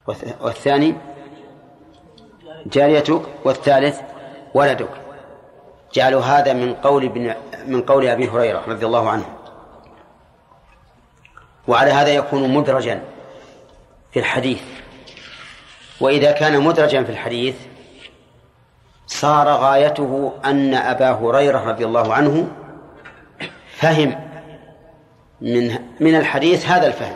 والثاني جاريتك، والثالث ولدك. جعلوا هذا من قول أبي هريرة رضي الله عنه. وعلى هذا يكون مدرجا في الحديث. وإذا كان مدرجا في الحديث صار غايته أن أبا هريرة رضي الله عنه فهم من الحديث هذا الفهم،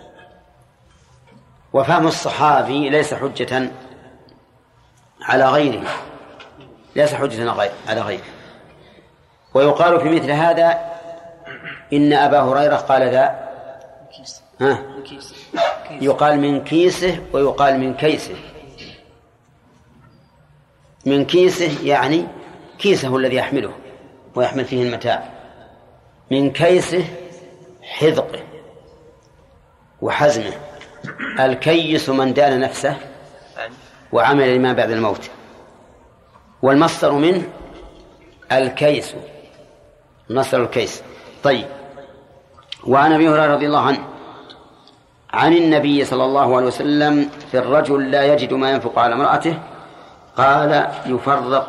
وفهم الصحابي ليس حجة على غيره، ليس حجة على غيره. ويقال في مثل هذا إن أبا هريرة قال ذا يقال من كيسه ويقال من كيسه. من كيسه يعني كيسه الذي يحمله ويحمل فيه المتاع، من كيسه حذقه وحزمه. الكيس من دان نفسه وعمل لما بعد الموت، والمصدر منه الكيس، مصدر الكيس. طيب. وعن أبي هريرة رضي الله عنه عن النبي صلى الله عليه وسلم في الرجل لا يجد ما ينفق على امرأته قال يفرق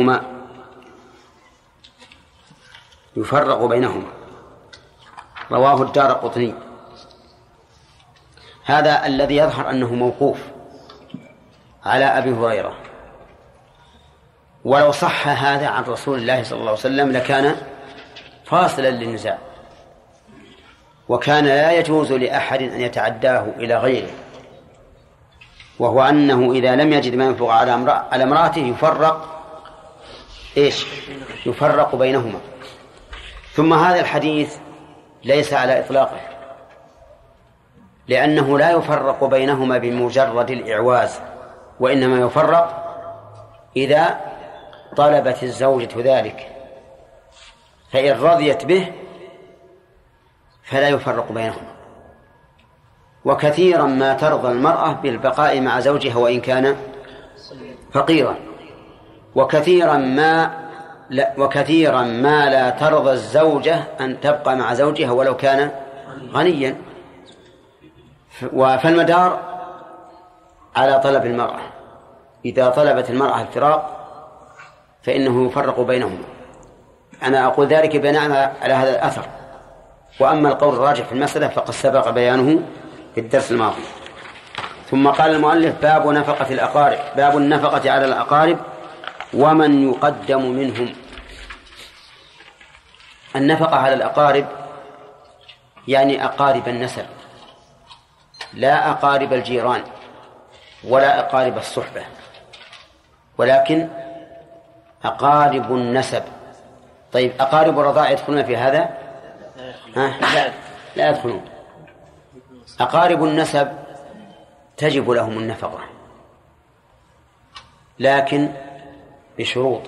بينهما. رواه الدارقطني. هذا الذي يظهر أنه موقوف على أبي هريرة، ولو صح هذا عن رسول الله صلى الله عليه وسلم لكان فاصلا للنزاع، وكان لا يجوز لأحد أن يتعداه إلى غيره، وهو أنه إذا لم يجد ما ينفق على امرأته يفرق بينهما. ثم هذا الحديث ليس على إطلاقه، لأنه لا يفرق بينهما بمجرد الإعواز، وإنما يفرق إذا طلبت الزوجة ذلك، فإن رضيت به فلا يفرق بينهما. وكثيرا ما ترضى المرأة بالبقاء مع زوجها وإن كان فقيرا، وكثيرا ما لا ترضى الزوجة أن تبقى مع زوجها ولو كان غنيا. فالمدار على طلب المرأة، إذا طلبت المرأة الفراق فإنه يفرق بينهما. أنا أقول ذلك بناء على هذا الأثر. وأما القول الراجح في المسألة فقد سبق بيانه في الدرس الماضي. ثم قال المؤلف باب نفقة الأقارب، باب النفقة على الأقارب ومن يقدم منهم. النفقة على الأقارب يعني أقارب النسب، لا أقارب الجيران ولا أقارب الصحبة، ولكن أقارب النسب. طيب، أقارب الرضاع يدخلون في هذا؟ لا يدخلون. أقارب النسب تجب لهم النفقة، لكن بشروط.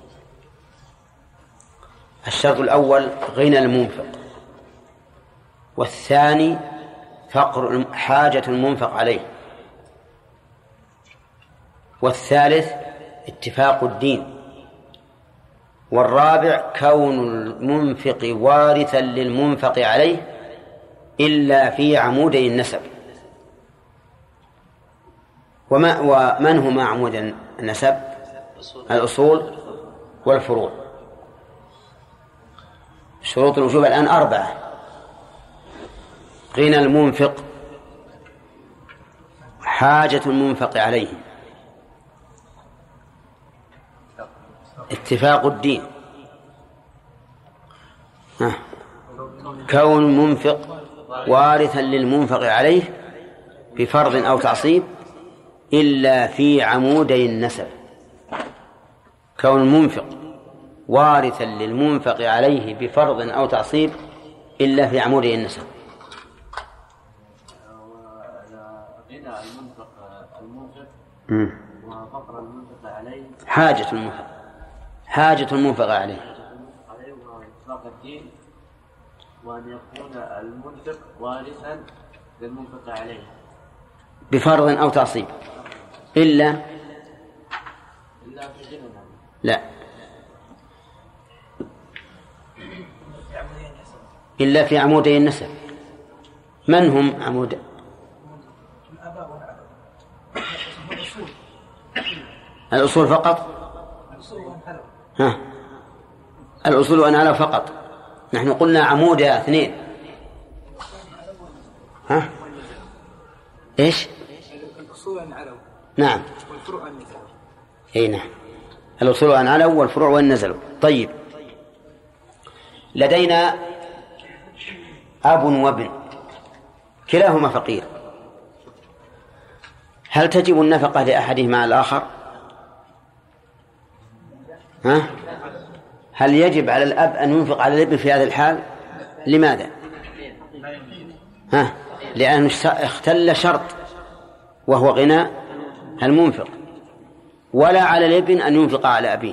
الشرط الأول غنى المنفق، والثاني حاجة المنفق عليه، والثالث اتفاق الدين، والرابع كون المنفق وارثا للمنفق عليه إلا في عمودي النسب. ومن هما عمود النسب؟ الأصول والفروع. شروط الوجوب الآن 4: غنى المنفق، حاجة المنفق عليه، اتفاق الدين، كون المنفق وارثا للمنفق عليه بفرض أو تعصيب إلا في عمودي النسب. كون المنفق وارثا للمنفق عليه بفرض أو تعصيب إلا في عمودي النسب. وفقر المنفق عليه حاجة المنفق عليه وإطلاق الدين، وأن يكون المنفق وارثا للمنفق عليه بفرض أو تعصيب إلا في غنى. لا، إلا في عمودي النسب. من هم عمود؟ الأصول فقط. ها، الأصول وأن على فقط. نحن قلنا عمودها 2. ها، إيش؟ الأصول أن علوا. نعم. والفروع أن نزلوا. أي نعم، الأصول أن علوا والفروع وأن نزلوا. طيب، لدينا أب وابن كلاهما فقير، هل تجب النفقة لأحدهما على الآخر؟ ها؟ هل يجب على الأب أن ينفق على الابن في هذا الحال؟ لماذا؟ ها؟ لأنه اختل شرط وهو غنى المنفق، ولا على الابن أن ينفق على أبيه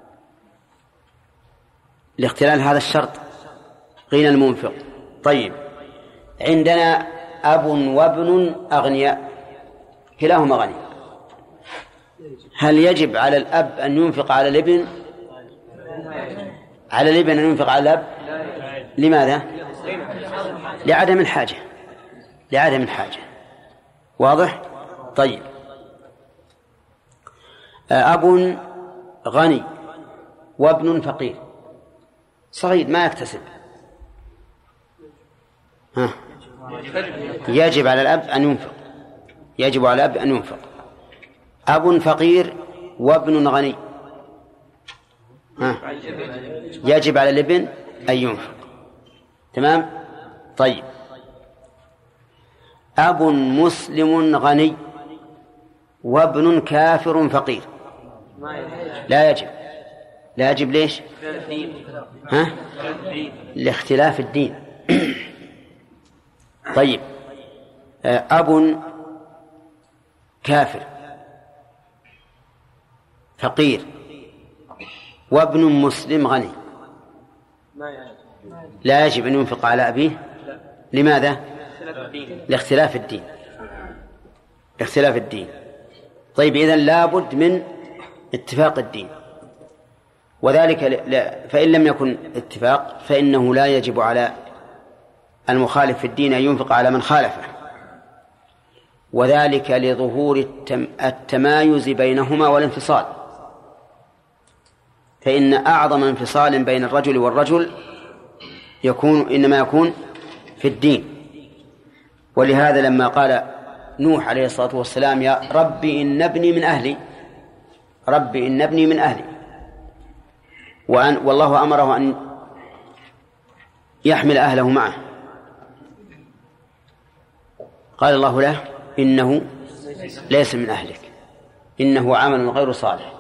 لاختلال هذا الشرط غنى المنفق. طيب، عندنا أب وابن أغنياء كلاهما غني، هل يجب على الأب أن ينفق على الابن؟ على الابن أن ينفق على الأب. لماذا؟ لعدم الحاجة. لعدم الحاجة. واضح؟ طيب، أب غني وابن فقير صغير ما يكتسب، ها؟ يجب على الأب أن ينفق. يجب على الأب أن ينفق. أب فقير وابن غني، ها؟ يجب على الابن أن ينفق. تمام؟ طيب، أب مسلم غني وابن كافر فقير لا يجب. لا يجب ليش؟ ها؟ لاختلاف الدين. طيب، أب كافر فقير وابن مسلم غني لا يجب أن ينفق على أبيه. لماذا؟ لاختلاف الدين. اختلاف الدين. طيب، إذن لابد من اتفاق الدين، وذلك فإن لم يكن اتفاق فإنه لا يجب على المخالف في الدين أن ينفق على من خالفه، وذلك لظهور التمايز بينهما والانفصال. فإن أعظم انفصال بين الرجل والرجل إنما يكون في الدين. ولهذا لما قال نوح عليه الصلاة والسلام يا ربي إن ابني من أهلي، ربي إن ابني من أهلي، والله أمره أن يحمل أهله معه، قال الله له إنه ليس من أهلك إنه عمل غير صالح.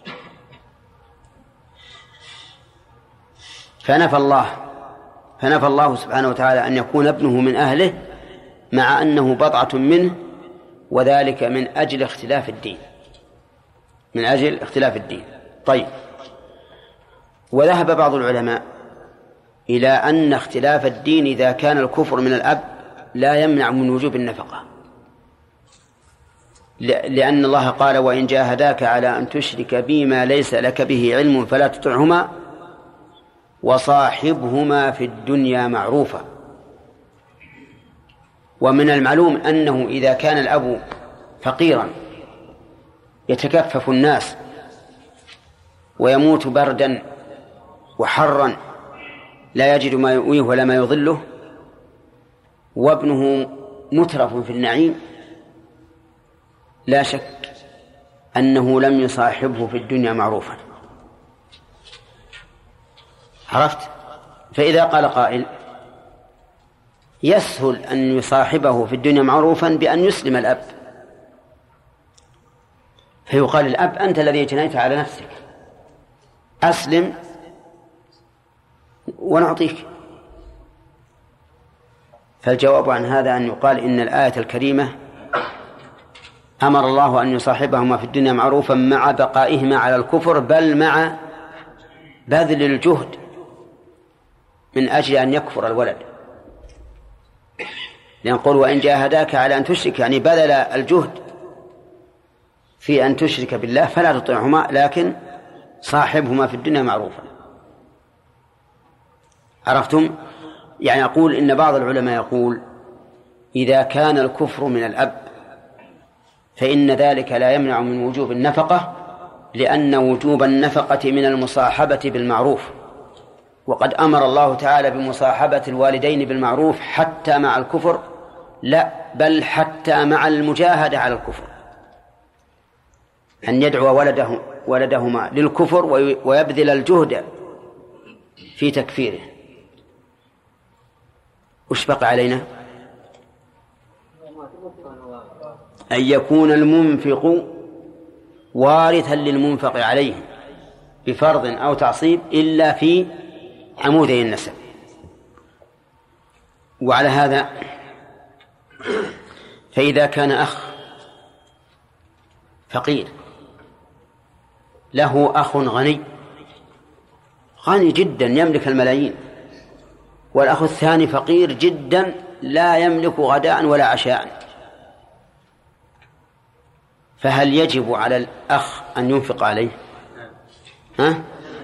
فنفى الله سبحانه وتعالى أن يكون ابنه من أهله مع أنه بضعة منه، وذلك من أجل اختلاف الدين. من أجل اختلاف الدين. طيب، وذهب بعض العلماء إلى أن اختلاف الدين إذا كان الكفر من الأب لا يمنع من وجوب النفقة، لأن الله قال وإن جاهداك على أن تشرك بي ما ليس لك به علم فلا تطعهما وصاحبهما في الدنيا معروفا. ومن المعلوم أنه إذا كان الأب فقيرا يتكفف الناس ويموت بردا وحرا لا يجد ما يؤويه ولا ما يظله، وابنه مترف في النعيم، لا شك أنه لم يصاحبه في الدنيا معروفا. عرفت؟ فإذا قال قائل يسهل أن يصاحبه في الدنيا معروفا بأن يسلم الأب، فيقال الأب أنت الذي جنيت على نفسك، أسلم ونعطيك. فالجواب عن هذا أن يقال إن الآية الكريمة أمر الله أن يصاحبهما في الدنيا معروفا مع بقائهما على الكفر، بل مع بذل الجهد من أجل أن يكفر الولد، لأن قل وإن جاهداك على أن تشرك، يعني بذل الجهد في أن تشرك بالله فلا تطيعهما لكن صاحبهما في الدنيا معروفا. عرفتم؟ يعني أقول إن بعض العلماء يقول إذا كان الكفر من الأب فإن ذلك لا يمنع من وجوب النفقة، لأن وجوب النفقة من المصاحبة بالمعروف، وقد أمر الله تعالى بمصاحبة الوالدين بالمعروف حتى مع الكفر، لا بل حتى مع المجاهدة على الكفر، أن يدعو ولدهما للكفر ويبذل الجهد في تكفيره. وش بقى علينا؟ أن يكون المنفق وارثا للمنفق عليه بفرض أو تعصيب إلا في عمودي النسب. وعلى هذا فإذا كان أخ فقير له أخ غني جدا يملك الملايين، والأخ الثاني فقير جدا لا يملك غداء ولا عشاء، فهل يجب على الأخ أن ينفق عليه؟ ها؟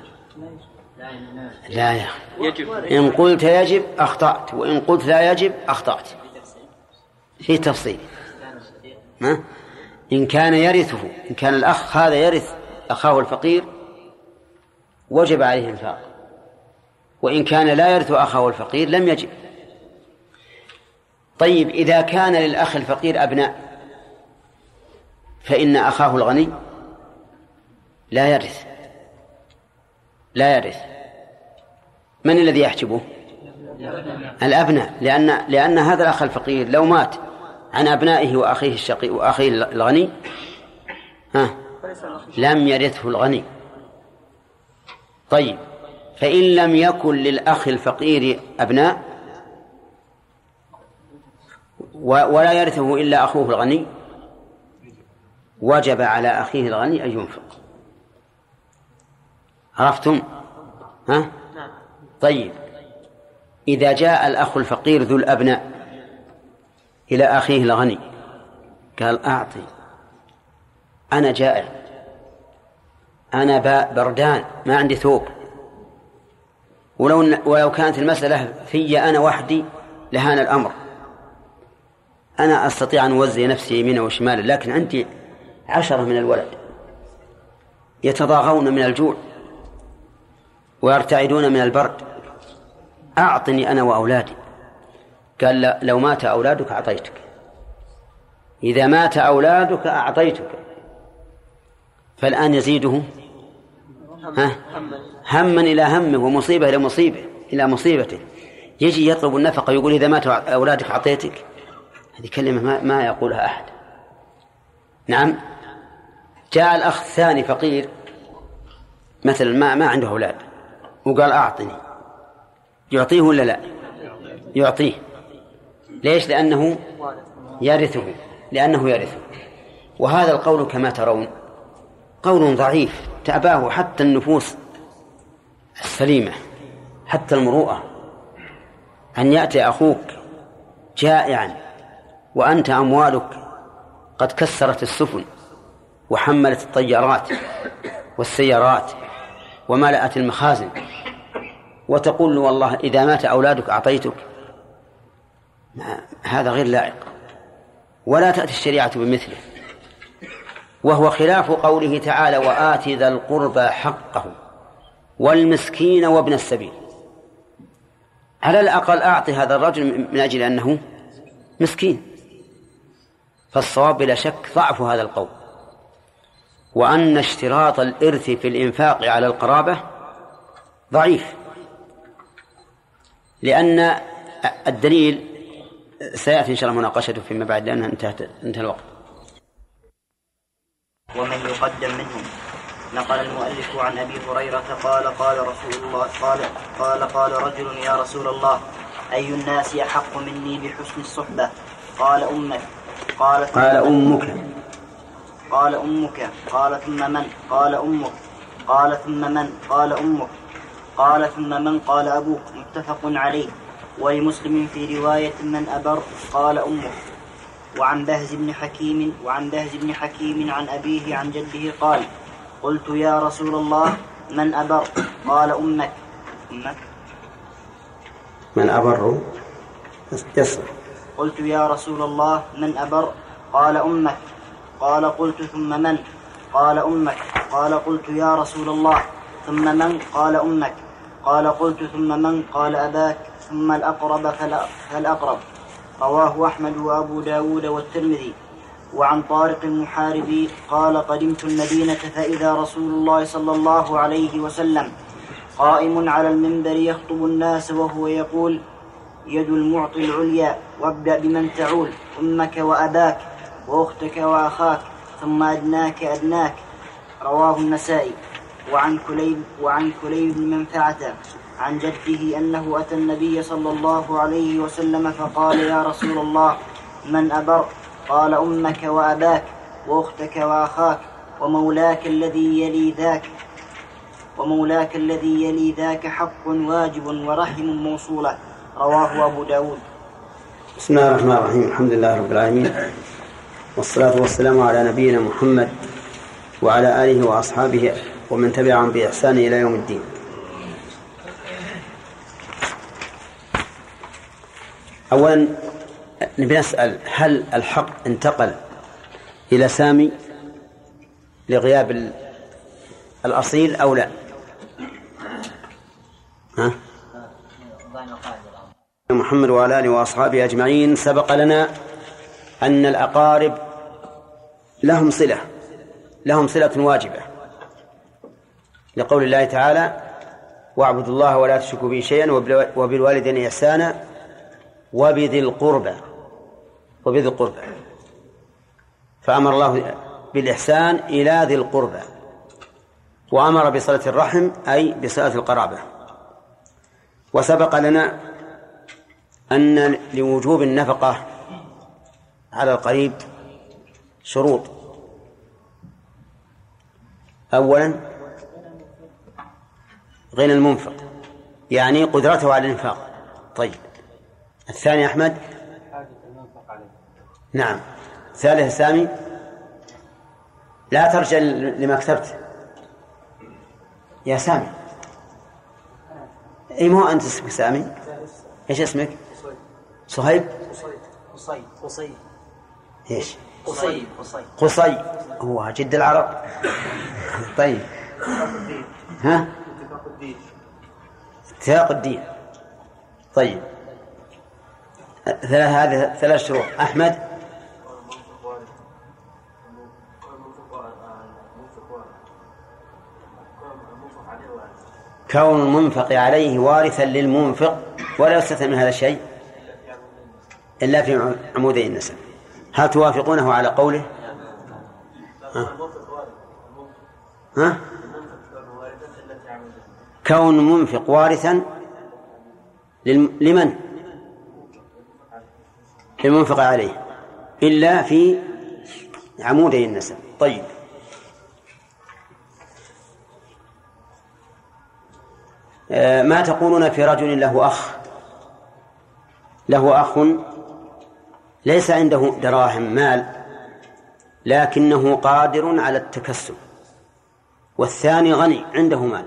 لا يجب. إن قلت يجب أخطأت، وإن قلت لا يجب أخطأت، في تفصيل. إن كان يرثه، إن كان الأخ هذا يرث أخاه الفقير وجب عليه الإنفاق، وإن كان لا يرث أخاه الفقير لم يجب. طيب إذا كان للأخ الفقير أبناء فإن أخاه الغني لا يرث، من الذي يحجبه؟ الأبناء، لأن هذا الأخ الفقير لو مات عن أبنائه وأخيه الشقي وأخيه الغني لم يرثه الغني. طيب فإن لم يكن للأخ الفقير أبناء ولا يرثه إلا أخوه الغني، وجب على أخيه الغني أن ينفق. عرفتم؟ طيب إذا جاء الأخ الفقير ذو الأبناء إلى أخيه الغني قال أعطي، أنا جائع، أنا بردان، ما عندي ثوب، ولو كانت المسألة في أنا وحدي لهان الأمر، أنا أستطيع أن أوزي نفسي يمينا وشمالا، لكن عندي 10 من الولد يتضاغون من الجوع ويرتعدون من البرد، أعطني أنا وأولادي. قال لا، لو مات أولادك أعطيتك، إذا مات أولادك أعطيتك. فالآن يزيده هما إلى همه ومصيبة إلى مصيبة إلى مصيبته، يجي يطلب النفقة يقول إذا مات أولادك أعطيتك. هذه كلمة ما يقولها أحد. نعم. جاء الأخ الثاني فقير مثلا ما عنده أولاد وقال أعطني، يعطيه ولا لا؟ يعطيه. ليش؟ لأنه يرثه، وهذا القول كما ترون قول ضعيف تأباه حتى النفوس السليمة، حتى المروءة، أن يأتي أخوك جائعا وأنت أموالك قد كسرت السفن وحملت الطيارات والسيارات وملأت المخازن، وتقول والله إذا مات أولادك أعطيتك. هذا غير لائق، ولا تأتي الشريعة بمثله، وهو خلاف قوله تعالى وآت ذا القربى حقه والمسكين وابن السبيل. على الأقل أعطي هذا الرجل من أجل أنه مسكين. فالصواب بلا شك ضعف هذا القول، وأن اشتراط الإرث في الإنفاق على القرابة ضعيف، لأن الدليل سيأتي إن شاء الله مناقشته فيما بعد لأنها انتهى الوقت. ومن يقدم منهم. نقل المؤلف عن أبي هريرة قال رجل يا رسول الله أي الناس أحق مني بحسن الصحبة؟ قال أمك. قال أمك. قال ثم من؟ قال أمك. قال ثم من؟ قال أمك. قال ثم من؟ قال أبوك. متفق عليه. ولمسلم في رواية من أبر؟ قال أمك. وعن بهز بن حكيم عن أبيه عن جده قال قلت يا رسول الله من أبر؟ قال أمك. من أبر يصر. قلت يا رسول الله من أبر؟ قال أمك. قال قلت ثم من؟ قال أمك. قال قلت يا رسول الله ثم من؟ قال أمك. قال قلت ثم من؟ قال أباك. ثم الأقرب فالأقرب. رواه أحمد وأبو داود والترمذي. وعن طارق المحاربي قال قدمت المدينة فإذا رسول الله صلى الله عليه وسلم قائم على المنبر يخطب الناس وهو يقول يد المعطي العليا وابدأ بمن تعول أمك وأباك وأختك وأخاك ثم أدناك أدناك. رواه النسائي. وعن كليب بن منفعة عن جده أنه أتى النبي صلى الله عليه وسلم فقال يا رسول الله من أبر؟ قال أمك وأباك وأختك وأخاك ومولاك الذي يلي ذاك حق واجب ورحم موصولة. رواه أبو داود. بسم الله الرحمن الرحيم. الحمد لله رب العالمين، والصلاة والسلام على نبينا محمد وعلى آله وأصحابه ومن تبعهم بإحسان إلى يوم الدين. أولا نسأل هل الحق انتقل إلى سامي لغياب الأصيل أو لا؟ محمد وعلى آله وأصحابه أجمعين. سبق لنا أن الأقارب لهم صلة واجبة لقول الله تعالى واعبدوا الله ولا تشركوا به شيئا وبالوالدين إحسانا وبذي القربى. فأمر الله بالإحسان إلى ذي القربى، وأمر بصلة الرحم أي بصلة القرابة. وسبق لنا أن لوجوب النفقة على القريب شروط. أولا غنى المنفق، يعني قدرته على الإنفاق. طيب، الثاني أحمد؟ نعم. ثالث سامي؟ لا ترجع لما كتبت يا سامي. أي مو أنت اسمك سامي؟ إيش اسمك؟ صهيب؟ قصي. إيش؟ قصي. هو جد العرب. طيب، ها؟ اتفاق الدين. طيب، هذه ثلاث شروط. أحمد؟ كون المنفق عليه وارثا للمنفق ولا يستثنى من هذا الشيء إلا في عمودي النسب. هل توافقونه على قوله؟ ها؟ كون منفق وارثا لمن؟ للمنفق عليه إلا في عمودي النسب. طيب، ما تقولون في رجل له أخ ليس عنده دراهم مال لكنه قادر على التكسب، والثاني غني عنده مال،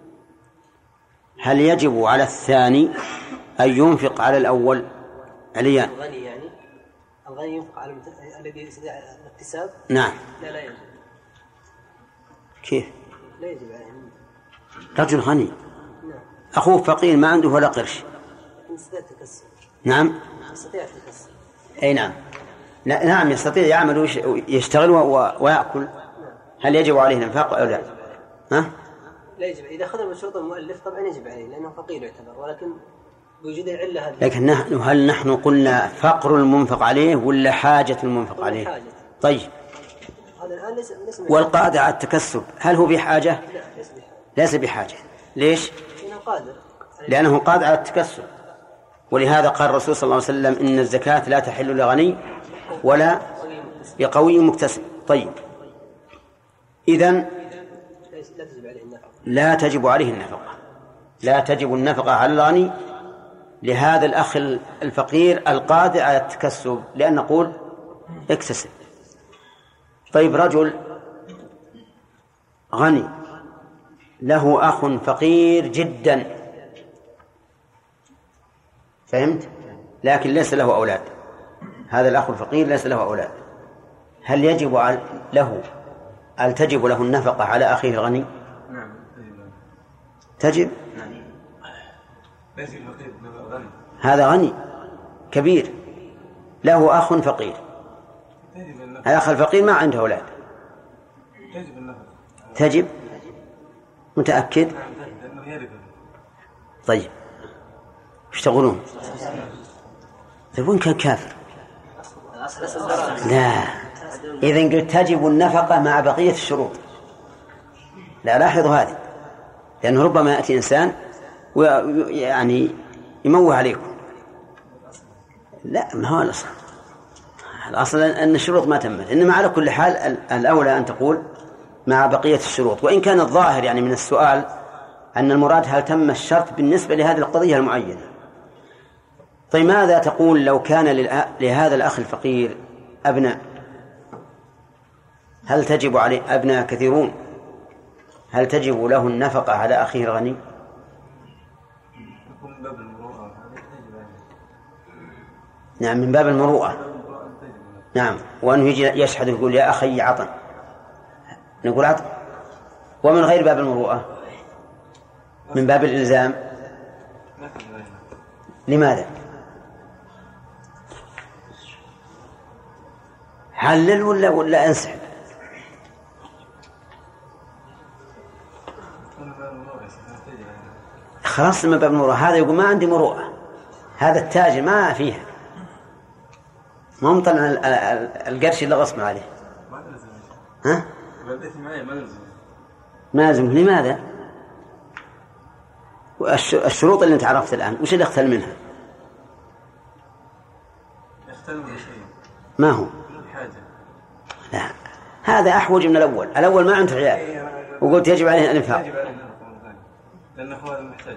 هل يجب على الثاني أن ينفق على الأول؟ عليان. الغني يعني الغني ينفق على الذي يستطيع الاكتساب؟ نعم. لا يجب. كيف؟ لا يجب عليه. رجل غني أخوه فقير ما عنده ولا قرش. يستطيع التكسب. نعم. يستطيع التكسب. أي نعم. نعم يستطيع يعمل ويشتغل ويأكل. هل يجب عليه الإنفاق أو لا؟ ها؟ لا يجب. إذا أخذ بشروط المؤلف طبعا يجب عليه لأنه فقير يعتبر، ولكن بوجود العلة هذه. لكن هل نحن قلنا فقر المنفق عليه ولا حاجة المنفق عليه؟ حاجة. طيب، هذا الآن ليس والقادر على التكسب هل هو بحاجة؟ لا، ليس بحاجة. ليش؟ قادر. لأنه قادر على التكسب، ولهذا قال الرسول صلى الله عليه وسلم إن الزكاة لا تحل لغني ولا لقوي مكتسب. طيب، إذن لا تجب عليه النفقة، لا تجب النفقة على الغني لهذا الأخ الفقير القادر على التكسب، لأن نقول اكتسب. طيب، رجل غني له أخ فقير جدا، فهمت؟ لكن ليس له أولاد، هذا الأخ الفقير ليس له أولاد، هل يجب له هل تجب له النفقة على أخيه الغني؟ نعم تجب. ليس الفقير غني، هذا غني كبير له أخ فقير، الأخ الفقير ما عنده أولاد، تجب النفقة. تجب. متأكد؟ طيب ايش تقولون؟ طيب وين كان كافر؟ لا، إذن قلت تجب النفقة مع بقية الشروط. لا، لاحظوا هذه، لأنه ربما يأتي إنسان ويعني يموه عليكم. لا، ما هو الأصل أن الشروط ما تمت، إنما على كل حال الأولى أن تقول مع بقية الشروط، وإن كان الظاهر يعني من السؤال أن المراد هل تم الشرط بالنسبة لهذه القضية المعينة. طيب ماذا تقول لو كان لهذا الأخ الفقير أبناء؟ هل تجب عليه أبناء كثيرون؟ هل تجب له النفقة على أخيه الغني؟ نعم، من باب المروءة. نعم، وأنه يجي يشهد يقول يا أخي عطن، نقول عطن. ومن غير باب المروءة من باب الإلزام. لماذا؟ حلل ولا انسحب؟ خلاص من باب المروءة. هذا يقول ما عندي مروءة، هذا التاجر ما فيها، ما مطلع القرش اللي غصب عليه. ها؟ ما لازم. لماذا؟ الشروط اللي انت عرفت الآن وش اللي اختل منها؟ يختل من شيء ما هو؟ حاجة. لا، هذا أحوج من الأول ما عنده عيال وقلت يجب عليه الإنفاق. لأنه هو محتاج.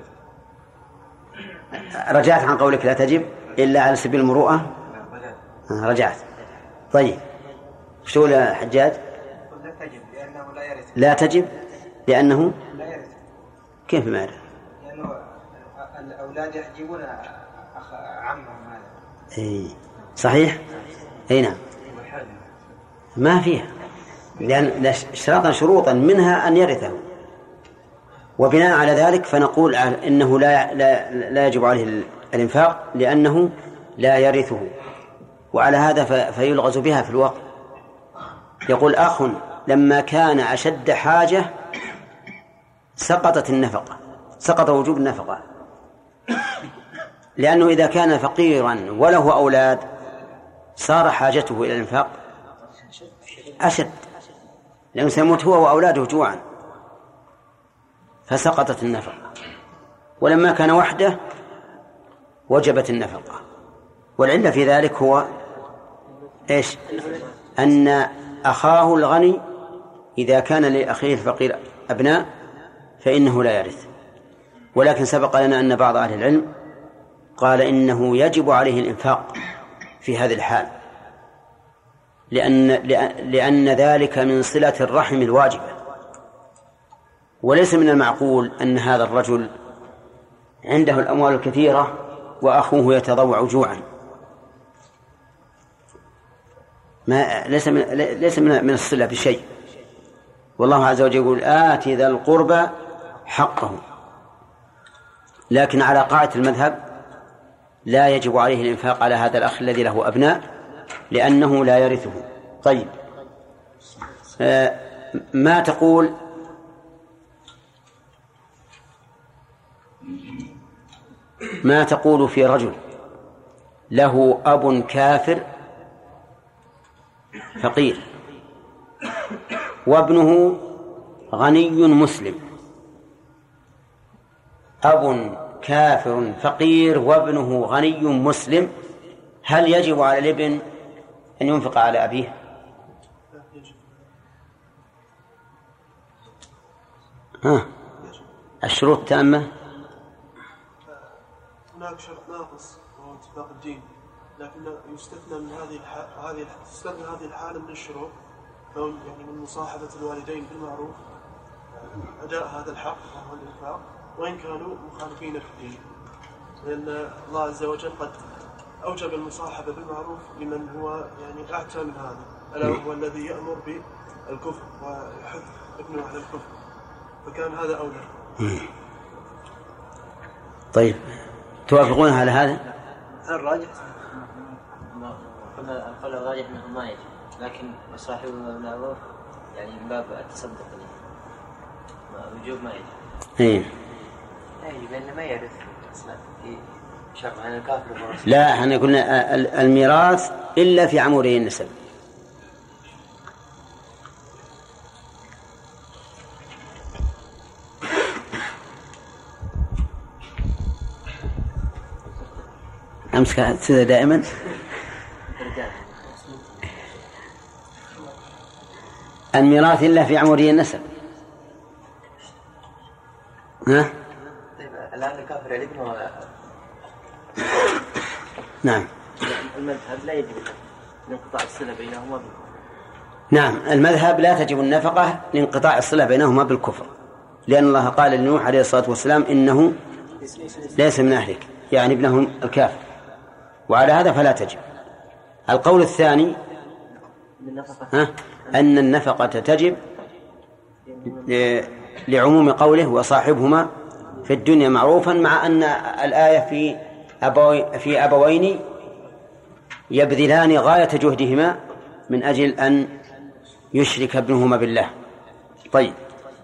رجعت عن قولك لا تجب إلا على سبيل المروءة. رجعت. طيب ايش تقول يا حجاج؟ لا تجب لأنه لا يرث. لا تجب لأنه لا يرث. كيف ما يرث؟ لأنه الأولاد يحجبون عمهم هذا. اي صحيح. اي نعم، ما فيها، لأن اشترطا شروطا منها أن يرثه، وبناء على ذلك فنقول إنه لا يجب عليه الإنفاق لأنه لا يرثه. وعلى هذا فيلغز بها في الواقع. يقول أخ لما كان أشد حاجة سقطت النفقة، سقط وجوب النفقة، لأنه إذا كان فقيرا وله أولاد صار حاجته إلى الإنفاق أشد، لأنه سيموت هو وأولاده جوعا، فسقطت النفقة. ولما كان وحده وجبت النفقة. والعلة في ذلك هو إيش؟ أن أخاه الغني إذا كان لأخيه الفقير أبناء فإنه لا يرث. ولكن سبق لنا أن بعض أهل العلم قال إنه يجب عليه الإنفاق في هذه الحال، لأن ذلك من صلة الرحم الواجبة. وليس من المعقول أن هذا الرجل عنده الأموال الكثيرة وأخوه يتضوع جوعا. ليس من الصلة بشيء. والله عز وجل يقول آت ذا القربى حقه. لكن على قاعدة المذهب لا يجب عليه الإنفاق على هذا الأخ الذي له أبناء لأنه لا يرثه. طيب ما تقول في رجل له أب كافر فقير وابنه غني مسلم؟ أب كافر فقير وابنه غني مسلم، هل يجب على الابن أن ينفق على أبيه؟ الشروط تامة. هناك شرط ناقص وهو اتفاق الدين، لكن يستثنى من هذه الحالة من الشروط يعني من مصاحبة الوالدين بالمعروف أداء هذا الحق وهو الإنفاق وإن كانوا مخالفين في الدين، لأن الله عز وجل قد أوجب المصاحبة بالمعروف لمن هو يعني أعتى من هذا. ألا هو الذي يأمر بالكفر ويحث ابنه على الكفر، فكان هذا أولى. طيب توافقون على هذا؟ الراجح قال الراجح أنه ما يجب، لكن صاحب المعروف يعني من باب التصدق عليه وجوب ما يجب. لا يجب لأنه ما يعرف في شرع عن الكافر. لا، احنا قلنا الميراث إلا في عموره النسب. أمسك هذا دائما. الميراث إلا في عموره النسب. ها؟ الآن الكافر على ابنه. نعم. المذهب لا يجب انقطاع الصلة بينهما بالكفر. نعم، المذهب لا تجب النفقة لانقطاع الصلة بينهما بالكفر، لأن الله قال لنوح عليه الصلاة والسلام إنه ليس من أهلك، يعني ابنه الكافر، وعلى هذا فلا تجب. القول الثاني أن النفقة تجب لعموم قوله وصاحبهما في الدنيا معروفا، مع أن الآية في أبوين يبذلان غاية جهدهما من أجل أن يشرك ابنهما بالله. طيب،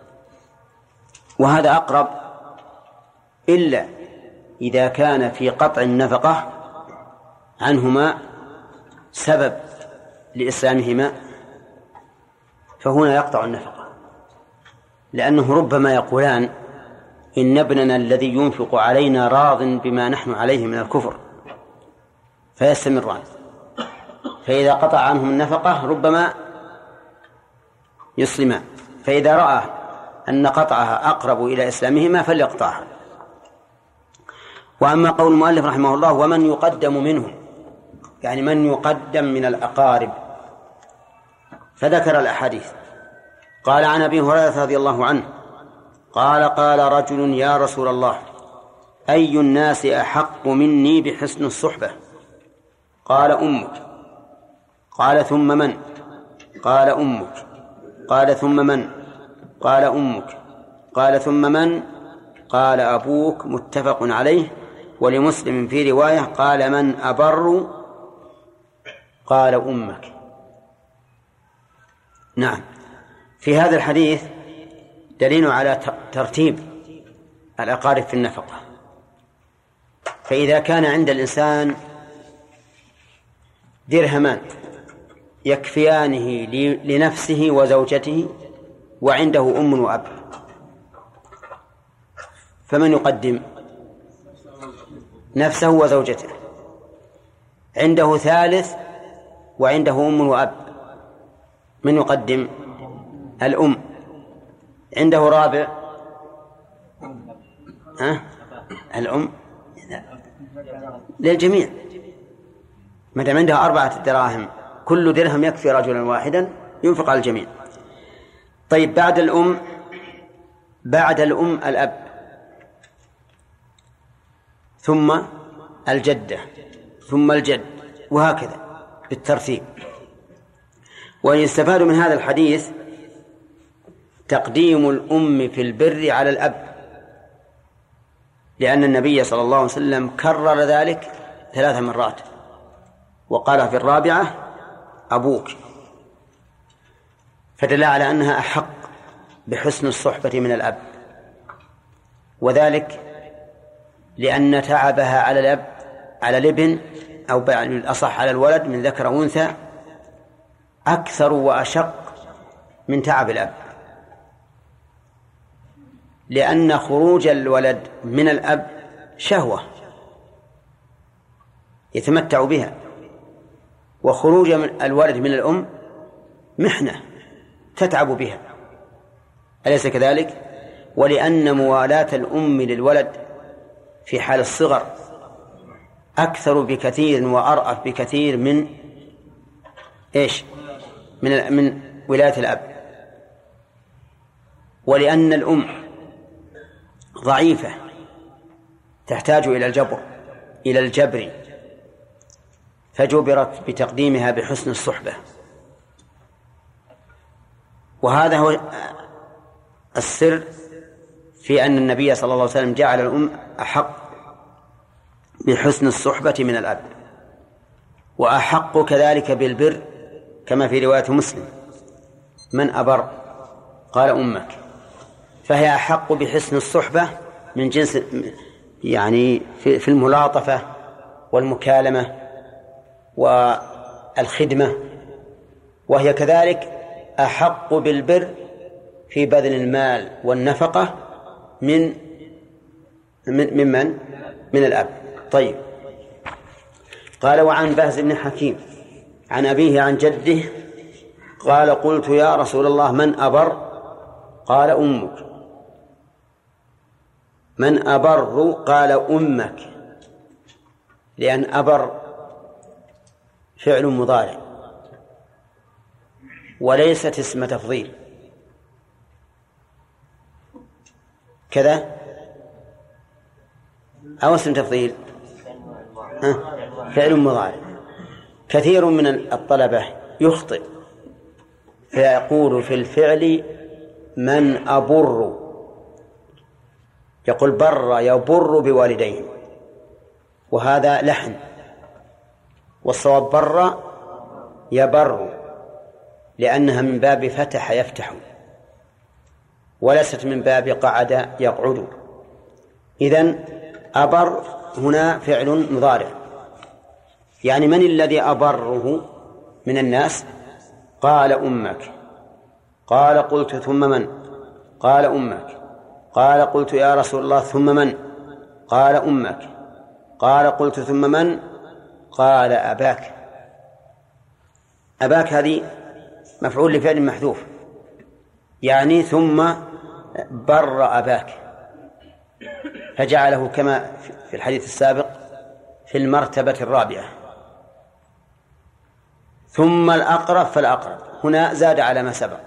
وهذا أقرب إلا إذا كان في قطع النفقة عنهما سبب لإسلامهما، فهنا يقطع النفقة، لأنه ربما يقولان إن ابننا الذي ينفق علينا راض بما نحن عليه من الكفر فيستمران، فإذا قطع عنهم النفقة ربما يسلمان، فإذا رأى أن قطعها أقرب إلى إسلامهما فليقطعها. وأما قول المؤلف رحمه الله ومن يقدم منهم، يعني من يقدم من الأقارب، فذكر الأحاديث. قال عن أبي هريرة رضي الله عنه قال قال رجل يا رسول الله أي الناس أحق مني بحسن الصحبة؟ قال أمك. قال ثم من؟ قال أمك. قال ثم من؟ قال أمك. قال ثم من؟ قال أبوك. متفق عليه. ولمسلم في رواية قال من أبر؟ قال أمك. نعم، في هذا الحديث دليل على ترتيب الأقارب في النفقة. فإذا كان عند الإنسان درهمان يكفيانه لنفسه وزوجته وعنده أم وأب، فمن يقدم؟ نفسه وزوجته. عنده ثالث وعنده أم وأب، من يقدم؟ الأم. عنده رابع، الأم. للجميع، ما دام عندها 4 دراهم كل درهم يكفي رجلا واحدا ينفق على الجميع. طيب، بعد الأم الأب، ثم الجدة، ثم الجد، وهكذا بالترتيب. ويستفاد من هذا الحديث تقديم الأم في البر على الأب، لأن النبي صلى الله عليه وسلم كرر ذلك 3 مرات، وقال في الرابعة أبوك، فدل على أنها أحق بحسن الصحبة من الأب، وذلك لأن تعبها على الأب على الابن أو بالأصح على الولد من ذكر وأنثى أكثر وأشق من تعب الأب، لأن خروج الولد من الأب شهوة يتمتع بها، وخروج الولد من الأم محنة تتعب بها، أليس كذلك؟ ولأن موالاة الأم للولد في حال الصغر أكثر بكثير وأرأف بكثير من من ولاية الأب. ولأن الأم ضعيفة تحتاج إلى الجبر، فجبرت بتقديمها بحسن الصحبة. وهذا هو السر في أن النبي صلى الله عليه وسلم جعل الأم أحق بحسن الصحبة من الأب، وأحق كذلك بالبر كما في رواية مسلم: من أبر؟ قال أمك. فهي أحق بحسن الصحبة من جنس يعني في الملاطفة والمكالمة والخدمة، وهي كذلك أحق بالبر في بذل المال والنفقة من الأب. طيب، قال: وعن بهز بن حكيم عن أبيه عن جده قال: قلت يا رسول الله من أبر؟ قال: أمك. من أبر؟ قال: أمك، لأن أبر فعل مضارع وليست اسم تفضيل كذا، أو اسم تفضيل فعل مضارع. كثير من الطلبة يخطئ فيقول في الفعل من أبر، يقول بر يبر بوالديه، وهذا لحن، والصواب بر يبر، لأنها من باب فتح يفتح وليست من باب قعد يقعد. إذن أبر هنا فعل مضارع، يعني من الذي أبره من الناس؟ قال: أمك. قال: قلت ثم من؟ قال: أمك. قال: قلت يا رسول الله ثم من؟ قال: أمك. قال: قلت ثم من؟ قال: أباك. أباك هذه مفعول لفعل محذوف، يعني ثم بر أباك، فجعله كما في الحديث السابق في المرتبة الرابعة. ثم الأقرب فالأقرب، هنا زاد على ما سبق،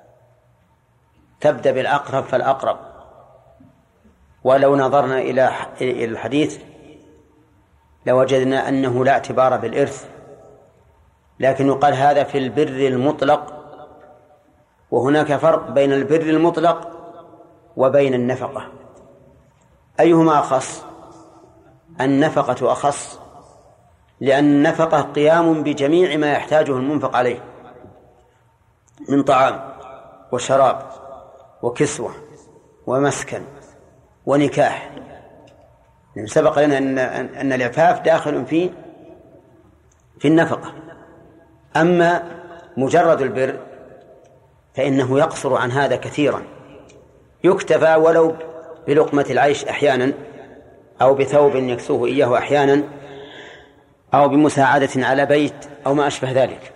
تبدأ بالأقرب فالأقرب. ولو نظرنا إلى الحديث لوجدنا أنه لا اعتبار بالإرث، لكن يقال هذا في البر المطلق، وهناك فرق بين البر المطلق وبين النفقة. أيهما أخص؟ النفقة أخص، لأن النفقة قيام بجميع ما يحتاجه المنفق عليه من طعام وشراب وكسوة ومسكن ونكاح. سبق لنا أن العفاف داخل في النفقة. أما مجرد البر فإنه يقصر عن هذا كثيرا، يكتفى ولو بلقمة العيش أحيانا، أو بثوب يكسوه إياه أحيانا، أو بمساعدة على بيت أو ما أشبه ذلك.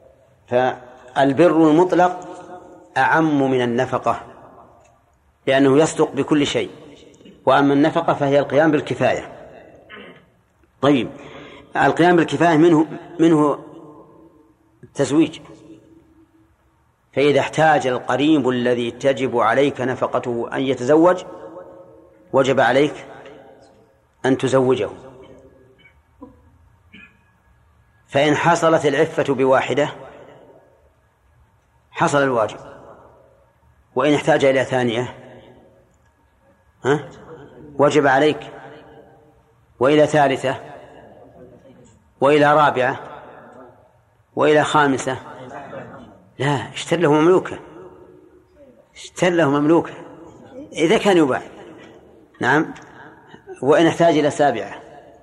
فالبر المطلق أعم من النفقة، لأنه يصدق بكل شيء، وأما النفقة فهي القيام بالكفاية. طيب، القيام بالكفاية منه التزويج، فإذا احتاج القريب الذي تجب عليك نفقته أن يتزوج وجب عليك أن تزوجه. فإن حصلت العفة بواحدة حصل الواجب، وإن احتاج إلى ثانية وجب عليك، وإلى ثالثة، وإلى رابعة، وإلى خامسة. لا، اشتر له مملوكة، اشتر له مملوكة إذا كان يباع. نعم. وإن احتاج إلى سابعة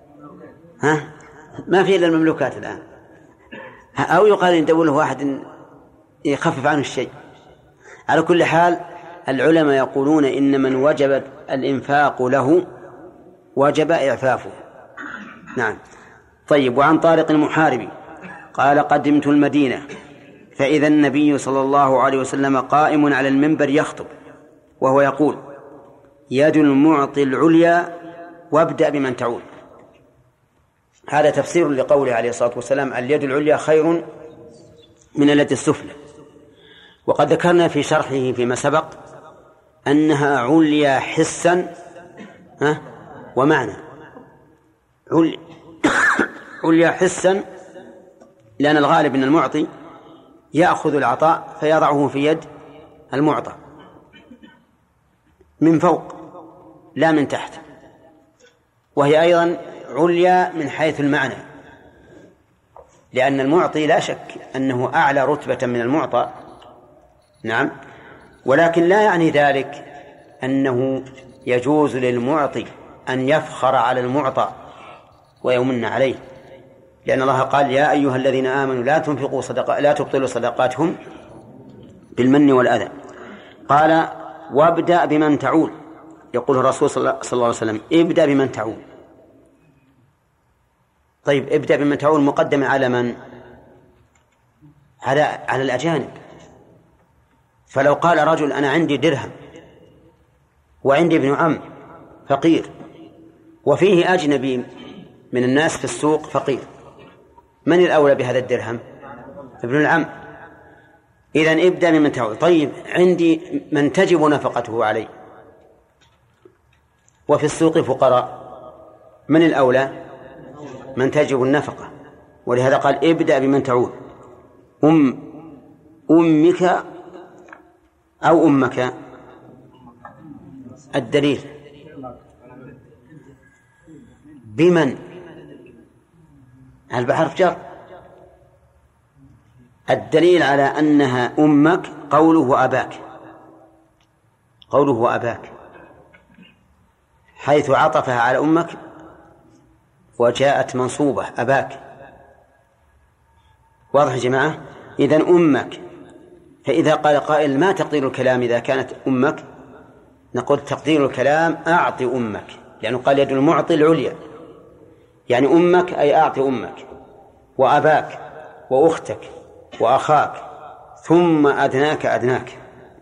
ما في إلا المملوكات الآن، أو يقال ندور له واحد يخفف عنه الشيء. على كل حال العلماء يقولون إن من وجب الإنفاق له وجب إعفافه. نعم. طيب، وعن طارق المحاربي قال: قدمت المدينة فإذا النبي صلى الله عليه وسلم قائم على المنبر يخطب وهو يقول: يد المعطي العليا وابدأ بمن تعود. هذا تفسير لقوله عليه الصلاة والسلام: اليد العليا خير من اليد السفلى. وقد ذكرنا في شرحه فيما سبق أنها عليا حسا ومعنى. عليا حسا لأن الغالب أن المعطي يأخذ العطاء فيضعه في يد المعطى من فوق لا من تحت، وهي أيضا عليا من حيث المعنى، لأن المعطي لا شك أنه أعلى رتبة من المعطى. نعم، ولكن لا يعني ذلك أنه يجوز للمعطي أن يفخر على المعطى ويمن عليه، لأن الله قال يا أيها الذين آمنوا لا تبطلوا صدقاتهم بالمن والأذى. قال وابدأ بمن تعول، يقول الرسول صلى الله عليه وسلم ابدأ بمن تعول. طيب ابدأ بمن تعول مقدم على من؟ على الأجانب. فلو قال رجل أنا عندي درهم وعندي ابن عم فقير وفيه أجنبي من الناس في السوق فقير، من الأولى بهذا الدرهم؟ ابن العم. إذن ابدأ بمن تعول. طيب عندي من تجب نفقته عليه وفي السوق فقراء، من الأولى؟ من تجب النفقة، ولهذا قال ابدأ بمن تعول. أمك أو أمك، الدليل بمن البحر جر، الدليل على أنها أمك قوله وأباك، حيث عطفها على أمك وجاءت منصوبة أباك. واضح يا جماعة؟ إذن أمك. فإذا قال قائل ما تقدير الكلام إذا كانت أمك؟ نقول تقدير الكلام أعطي أمك، لأنه قال يد المعطي العليا، يعني أمك أي أعطي أمك وأباك وأختك وأخاك ثم أدناك.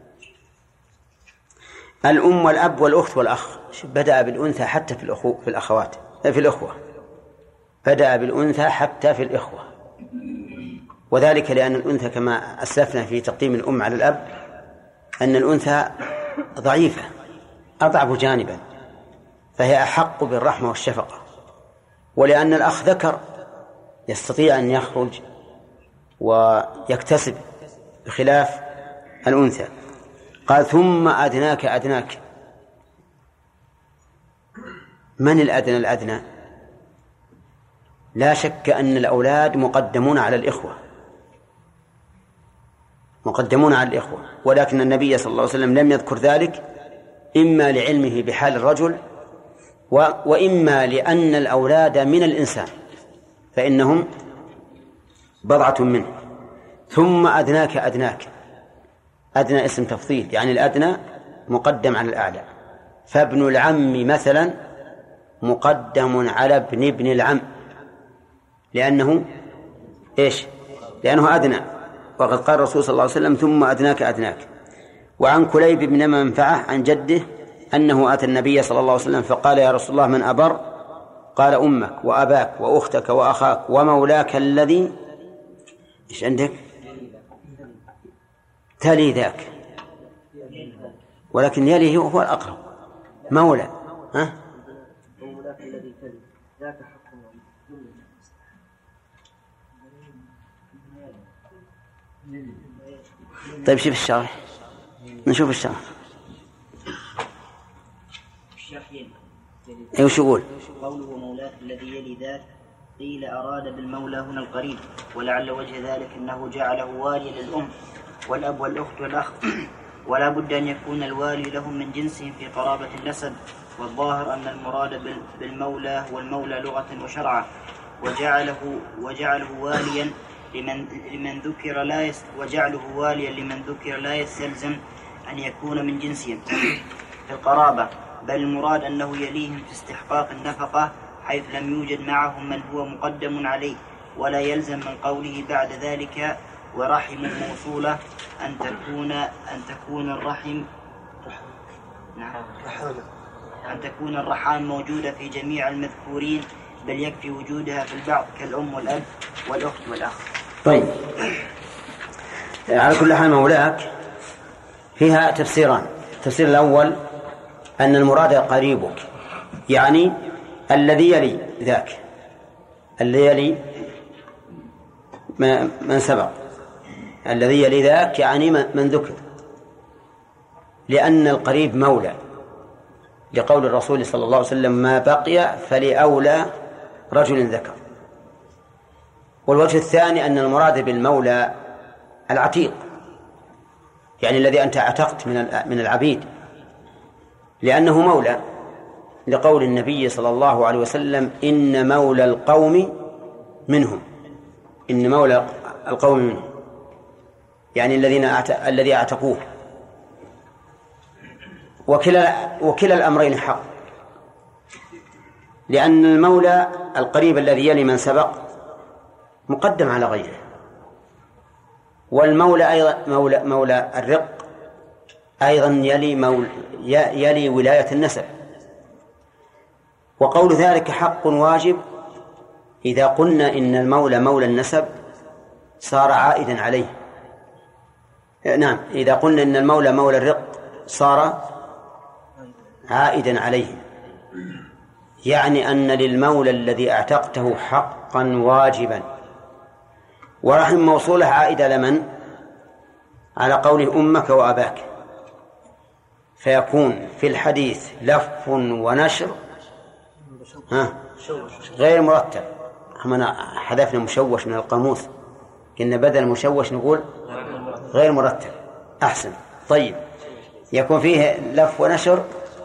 الأم والأب والأخت والأخ بدأ بالأنثى حتى في الأخوة، بدأ بالأنثى حتى في الإخوة، وذلك لأن الأنثى كما أسلفنا في تقديم الأم على الأب أن الأنثى ضعيفة أضعف جانبا، فهي أحق بالرحمة والشفقة، ولأن الأخ ذكر يستطيع أن يخرج ويكتسب بخلاف الأنثى. قال ثم أدناك. من الأدنى؟ لا شك أن الأولاد مقدمون على الإخوة، ولكن النبي صلى الله عليه وسلم لم يذكر ذلك، إما لعلمه بحال الرجل وإما لأن الأولاد من الإنسان فإنهم بضعة منه. ثم أدناك، أدنى اسم تفضيل، يعني الأدنى مقدم على الأعلى. فابن العم مثلا مقدم على ابن العم، لأنه إيش؟ لأنه أدنى. وقد قال الرسول صلى الله عليه وسلم ثم أدناك. وعن كليب بن منفعة عن جده أنه أتى النبي صلى الله عليه وسلم فقال يا رسول الله من أبر؟ قال أمك وأباك وأختك وأخاك ومولاك الذي إيش عندك؟ تلي ذاك، ولكن يلي هو الأقرب مولى. ومولاك الذي تلي ذاك حق. طيب شوف الشرح، نشوف الشرح. ايش يقول؟ قوله مولاك الذي يلي ذاك قيل أراد بالمولى هنا القريب، ولعل وجه ذلك أنه جعله واليا للأم والأب والأخت والأخ، ولا بد أن يكون الوالي لهم من جنسهم في قرابة النسب، والظاهر أن المراد بالمولى والمولى لغة وشرعا، وجعله واليا لمن ذكر لا يستلزم أن يكون من جنسهم في القرابة، بل المراد أنه يليهم في استحقاق النفقة حيث لم يوجد معهم من هو مقدم عليه، ولا يلزم من قوله بعد ذلك ورحم موصولة أن تكون الرحام موجودة في جميع المذكورين، بل يكفي وجودها في البعض كالأم والأب والأخت والأخ. طيب على كل حال مولاك فيها تفسيران. التفسير الأول أن المراد قريبك، يعني الذي يلي ذاك، الذي يلي من سبق، الذي يلي ذاك يعني من ذكر. لأن القريب مولى، لقول الرسول صلى الله عليه وسلم: ما بقي فلأولى رجل ذكر. والوجه الثاني أن المراد بالمولى العتيق، يعني الذي أنت اعتقت من العبيد، لأنه مولى، لقول النبي صلى الله عليه وسلم: إن مولى القوم منهم، إن مولى القوم منهم، يعني الذي اعتقوه. وكلا الأمرين حق، لأن المولى القريب الذي يلي من سبق مقدم على غيره، والمولى أيضا مولى الرق أيضا يلي ولاية النسب. وقول ذلك حق واجب إذا قلنا إن المولى مولى النسب صار عائدا عليه. نعم، إذا قلنا إن المولى مولى الرق صار عائدا عليه، يعني أن للمولى الذي اعتقته حقا واجبا، ورحم موصوله عائدة لمن؟ على قوله أمك وأباك، فيكون في الحديث لف ونشر غير مرتب. احنا حذفنا مشوش من القاموس، إن بدل مشوش نقول غير مرتب أحسن. طيب، يكون فيه لف ونشر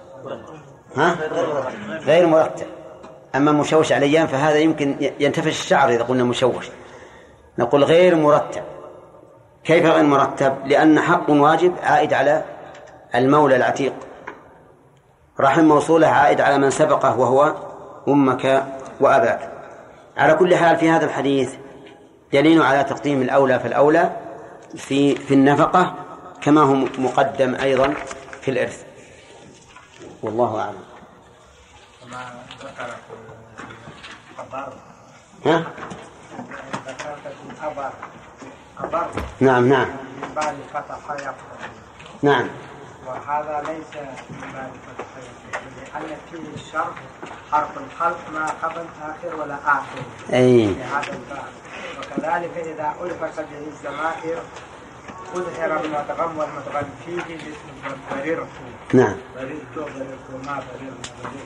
غير مرتب. أما مشوش على أيام فهذا يمكن ينتفش الشعر إذا قلنا مشوش، نقول غير مرتب. كيف غير مرتب؟ لأن حق واجب عائد على المولى العتيق، رحم موصوله عائد على من سبقه وهو أمك وأباك. على كل حال في هذا الحديث دليل على تقديم الأولى فالأولى في النفقة، كما هو مقدم أيضا في الإرث، والله أعلم. ها؟ نعم نعم نعم. وهذا ليس من باب فتح لأن فيه الشرط حرف الخلق ما قبل آخر ولا آخر. أي. هذا الباب. وكذلك إذا ألفت به الزمائر أظهر المدغم والمدغم فيه باسم برير. نعم. برير ما برير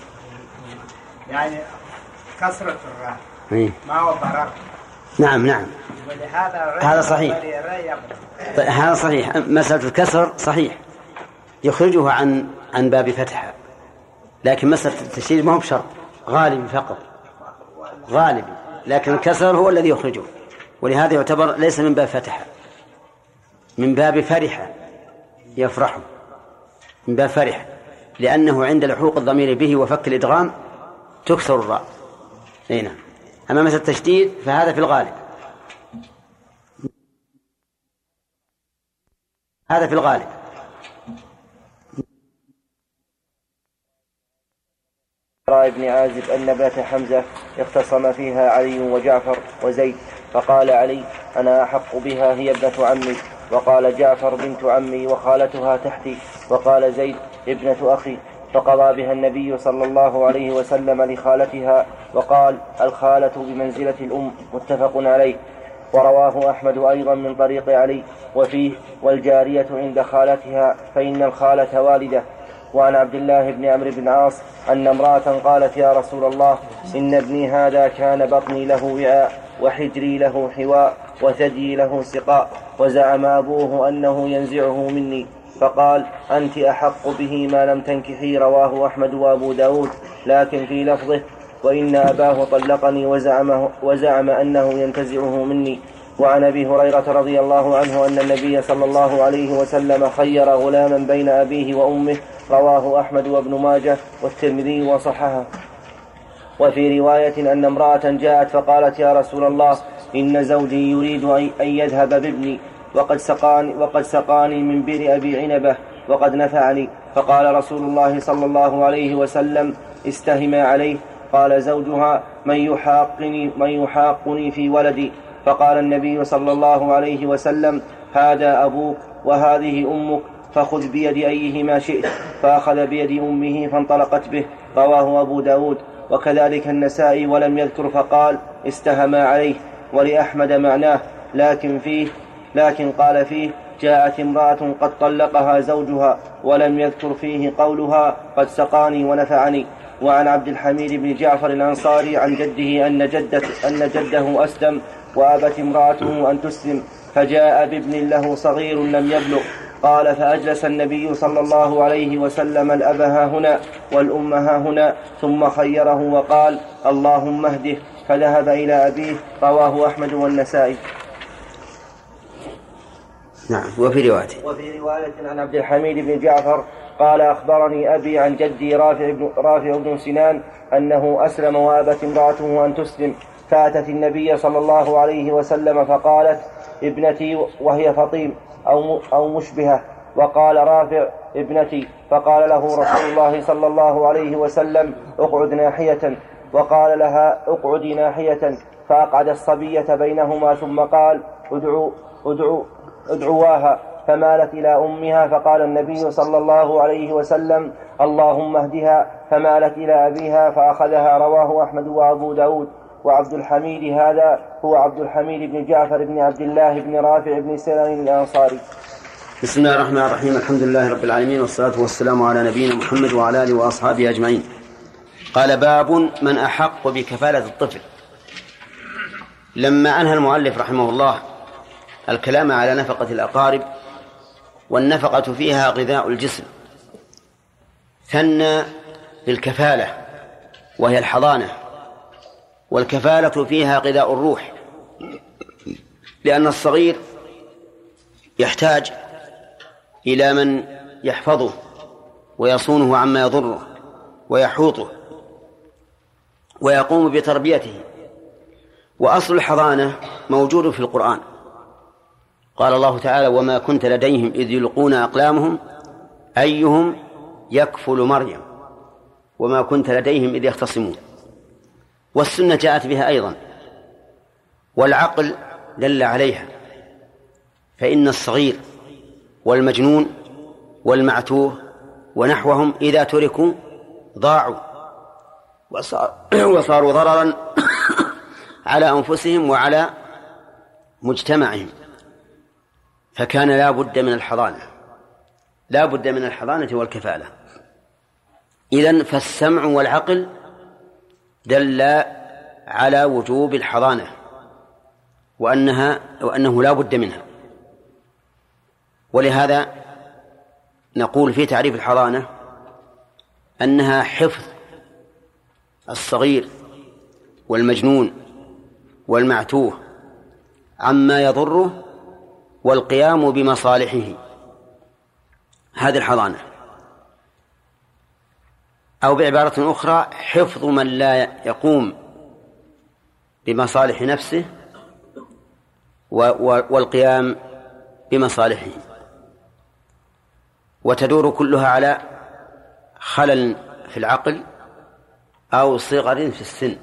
يعني كسرة الراء. ما هو برر. نعم نعم. ولهذا هذا صحيح. هذا صحيح. مسألة الكسر صحيح يخرجه عن باب فتحة، لكن مسألة التشديد ما هو بشرط، غالب فقط، غالب، لكن الكسر هو الذي يخرجه، ولهذا يعتبر ليس من باب فتحة، من باب فرحة يفرح، من باب فرحة، لأنه عند لحوق الضمير به وفك الإدغام تكسر الراء. هنا أما مسألة التشديد فهذا في الغالب، هذا في الغالب. ابن عازب أن ابنة حمزة اختصم فيها علي وجعفر وزيد، فقال علي: أنا أحق بها، هي ابنة عمي. وقال جعفر: بنت عمي وخالتها تحتي. وقال زيد: ابنة أخي. فقضى بها النبي صلى الله عليه وسلم لخالتها، وقال: الخالة بمنزلة الأم، متفق عليه. ورواه أحمد أيضا من طريق علي وفيه: والجارية عند خالتها فإن الخالة والدة. وعن عبد الله بن عمرو بن عاص أن امرأة قالت: يا رسول الله، إن ابني هذا كان بطني له وعاء، وحجري له حواء، وثدي له سقاء، وزعم أبوه أنه ينزعه مني. فقال: أنت أحق به ما لم تنكحي. رواه أحمد وأبو داود، لكن في لفظه: وإن أباه طلقني وزعم أنه ينتزعه مني. وعن أبي هريرة رضي الله عنه أن النبي صلى الله عليه وسلم خير غلاما بين أبيه وأمه. رواه أحمد وابن ماجه والترمذي وصححه. وفي رواية أن امرأة جاءت فقالت: يا رسول الله، إن زوجي يريد أن يذهب بابني، وقد سقاني من بئر أبي عنبة وقد نفعني. فقال رسول الله صلى الله عليه وسلم: استهما عليه. قال زوجها: من يحاقني في ولدي. فقال النبي صلى الله عليه وسلم: هذا أبوك وهذه أمك، فخذ بيد أيهما شئت. فأخذ بيد أمه فانطلقت به. رواه أبو داود وكذلك النسائي ولم يذكر، فقال: استهما عليه. ولأحمد معناه، لكن قال فيه: جاءت امرأة قد طلقها زوجها ولم يذكر فيه قولها قد سقاني ونفعني. وعن عبد الحميد بن جعفر الأنصاري عن جده أن جده أسلم وأبت امرأته أن تسلم، فجاء بابن له صغير لم يبلغ. قال فأجلس النبي صلى الله عليه وسلم الأب ها هنا والأم ها هنا، ثم خيره وقال اللهم اهده، فذهب إلى أبيه. رواه أحمد والنسائي. نعم. وفي رواية عن عبد الحميد بن جعفر قال أخبرني أبي عن جدي رافع بن سنان أنه أسلم وأبت امرأته أن تسلم، فأتت النبي صلى الله عليه وسلم فقالت ابنتي، وهي فطيم أو مشبهة، وقال رافع ابنتي، فقال له رسول الله صلى الله عليه وسلم اقعد ناحية، وقال لها اقعدي ناحية، فأقعد الصبية بينهما، ثم قال ادعواها، فمالت إلى أمها، فقال النبي صلى الله عليه وسلم اللهم اهدها، فمالت إلى أبيها فأخذها. رواه أحمد وأبو داود. وعبد الحميد هذا هو عبد الحميد بن جعفر بن عبد الله بن رافع بن سنان الأنصاري. بسم الله الرحمن الرحيم. الحمد لله رب العالمين، والصلاة والسلام على نبينا محمد وعلى آله وأصحابه أجمعين. قال باب من أحق بكفالة الطفل. لما أنهى المؤلف رحمه الله الكلام على نفقة الأقارب، والنفقة فيها غذاء الجسم، ثنى بالكفالة وهي الحضانة، والكفالة فيها غذاء الروح، لأن الصغير يحتاج إلى من يحفظه ويصونه عما يضره ويحوطه ويقوم بتربيته. وأصل الحضانة موجود في القرآن. قال الله تعالى وما كنت لديهم إذ يلقون أقلامهم أيهم يكفل مريم وما كنت لديهم إذ يختصمون. والسنة جاءت بها أيضا، والعقل دل عليها، فإن الصغير والمجنون والمعتوه ونحوهم إذا تركوا ضاعوا وصاروا ضررا على أنفسهم وعلى مجتمعهم، فكان لا بد من الحضانة، لا بد من الحضانة والكفالة. إذن فالسمع والعقل دل على وجوب الحضانة وأنه لا بد منها. ولهذا نقول في تعريف الحضانة أنها حفظ الصغير والمجنون والمعتوه عما يضره والقيام بمصالحه، هذه الحضانة. أو بعبارة أخرى حفظ من لا يقوم بمصالح نفسه والقيام بمصالحه، وتدور كلها على خلل في العقل أو صغر في السن.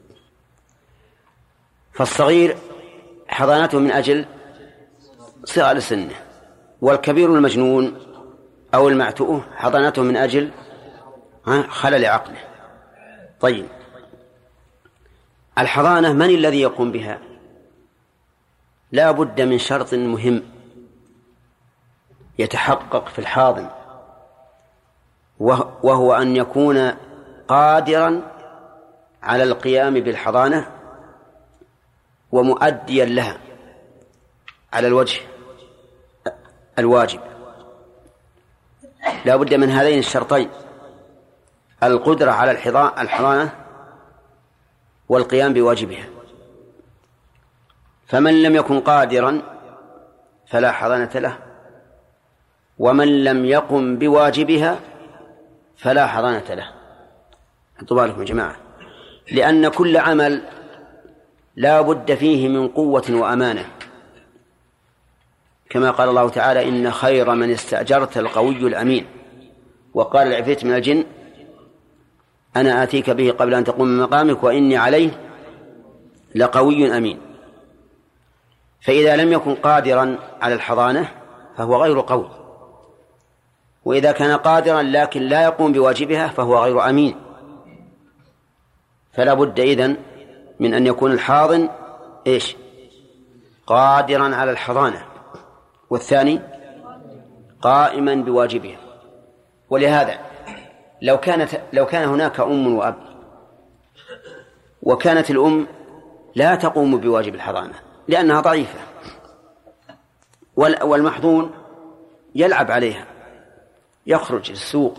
فالصغير حضانته من أجل صغر سنه، والكبير المجنون أو المعتوه حضانته من أجل خلل عقله. طيب، الحضانة من الذي يقوم بها؟ لا بد من شرط مهم يتحقق في الحاضن، وهو أن يكون قادرا على القيام بالحضانة ومؤديا لها على الوجه الواجب. لا بد من هذين الشرطين، القدرة على الحضانة والقيام بواجبها. فمن لم يكن قادرا فلا حضانة له، ومن لم يقم بواجبها فلا حضانة له. انتبهوا لكم يا جماعة، لأن كل عمل لا بد فيه من قوة وأمانة، كما قال الله تعالى إن خير من استأجرت القوي الأمين. وقال العفريت من الجن أنا آتيك به قبل أن تقوم من مقامك وإني عليه لقوي أمين. فإذا لم يكن قادرا على الحضانة فهو غير قوي، وإذا كان قادرا لكن لا يقوم بواجبها فهو غير أمين. فلا بد إذن من أن يكون الحاضن قادرا على الحضانة والثاني قائما بواجبها. ولهذا لو كان هناك أم وأب وكانت الأم لا تقوم بواجب الحضانة لأنها ضعيفة والمحضون يلعب عليها، يخرج السوق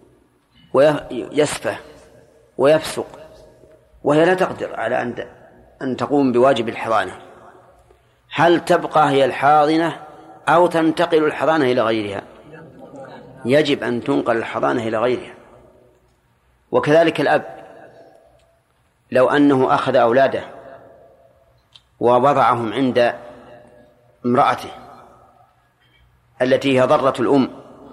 ويسفه ويفسق وهي لا تقدر على أن تقوم بواجب الحضانة، هل تبقى هي الحاضنة أو تنتقل الحضانة إلى غيرها؟ يجب أن تنقل الحضانة إلى غيرها. وكذلك الأب لو أنه أخذ أولاده ووضعهم عند امرأته التي هي ضرة الأم،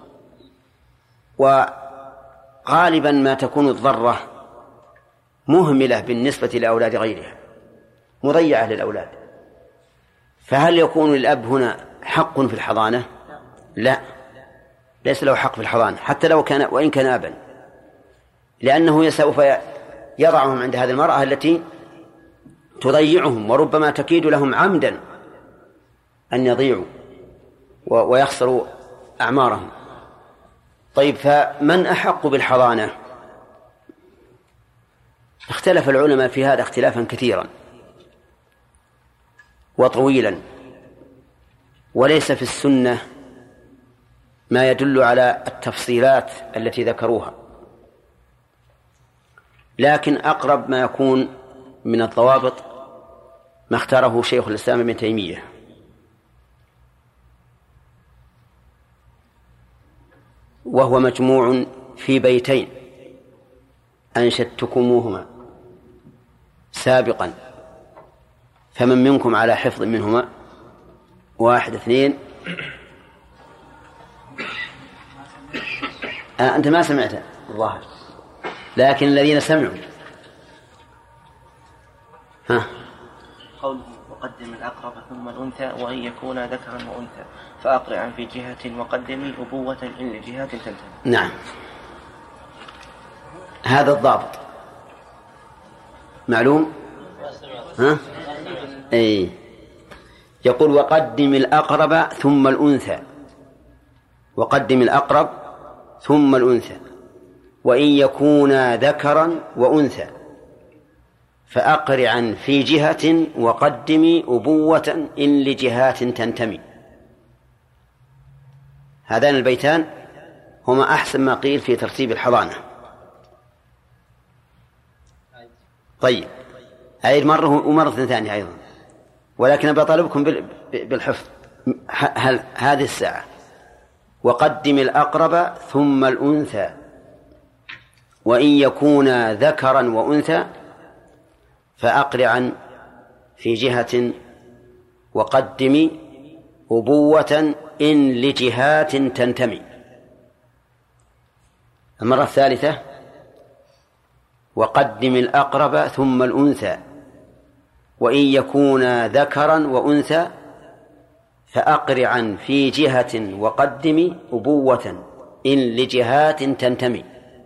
وغالبا ما تكون الضرة مهملة بالنسبة لأولاد غيرها، مضيعة للأولاد، فهل يكون للأب هنا حق في الحضانة؟ لا، ليس له حق في الحضانة حتى لو كان وإن كان أبا، لأنه سوف يضعهم عند هذه المرأة التي تضيعهم وربما تكيد لهم عمدا أن يضيعوا ويخسروا أعمارهم. طيب، فمن أحق بالحضانة؟ اختلف العلماء في هذا اختلافا كثيرا وطويلا، وليس في السنة ما يدل على التفصيلات التي ذكروها، لكن أقرب ما يكون من الضوابط ما اختاره شيخ الإسلام ابن تيمية، وهو مجموع في بيتين أنشدتكموهما سابقا، فمن منكم على حفظ منهما؟ 1 2. أنت ما سمعت الظاهر، لكن الذين سمعوا قوله وقدم الأقرب ثم الأنثى وإن يكون ذكرا وأنثى فأقرع في جهة وقدمي أبوة إن لجهات تنتهي. نعم، هذا الضابط معلوم. أي يقول وقدم الأقرب ثم الأنثى، وقدم الأقرب ثم الأنثى وإن يكونا ذكرا وأنثى فأقرعا في جهة وقدمي أبوة إن لجهات تنتمي. هذان البيتان هما أحسن ما قيل في ترتيب الحضانة. طيب، أعيد مرة ومرة ثانية أيضا، ولكن بطالبكم بالحفظ هل هذه الساعة. وقدم الأقرب ثم الأنثى وإن يكونا ذكرا وأنثى فأقرعا في جهة وقدم أبوة إن لجهات تنتمي. المرة الثالثة وقدم الأقرب ثم الأنثى وإن يكونا ذكرا وأنثى فأقرعا في جهة وقدم أبوة إن لجهات تنتمي.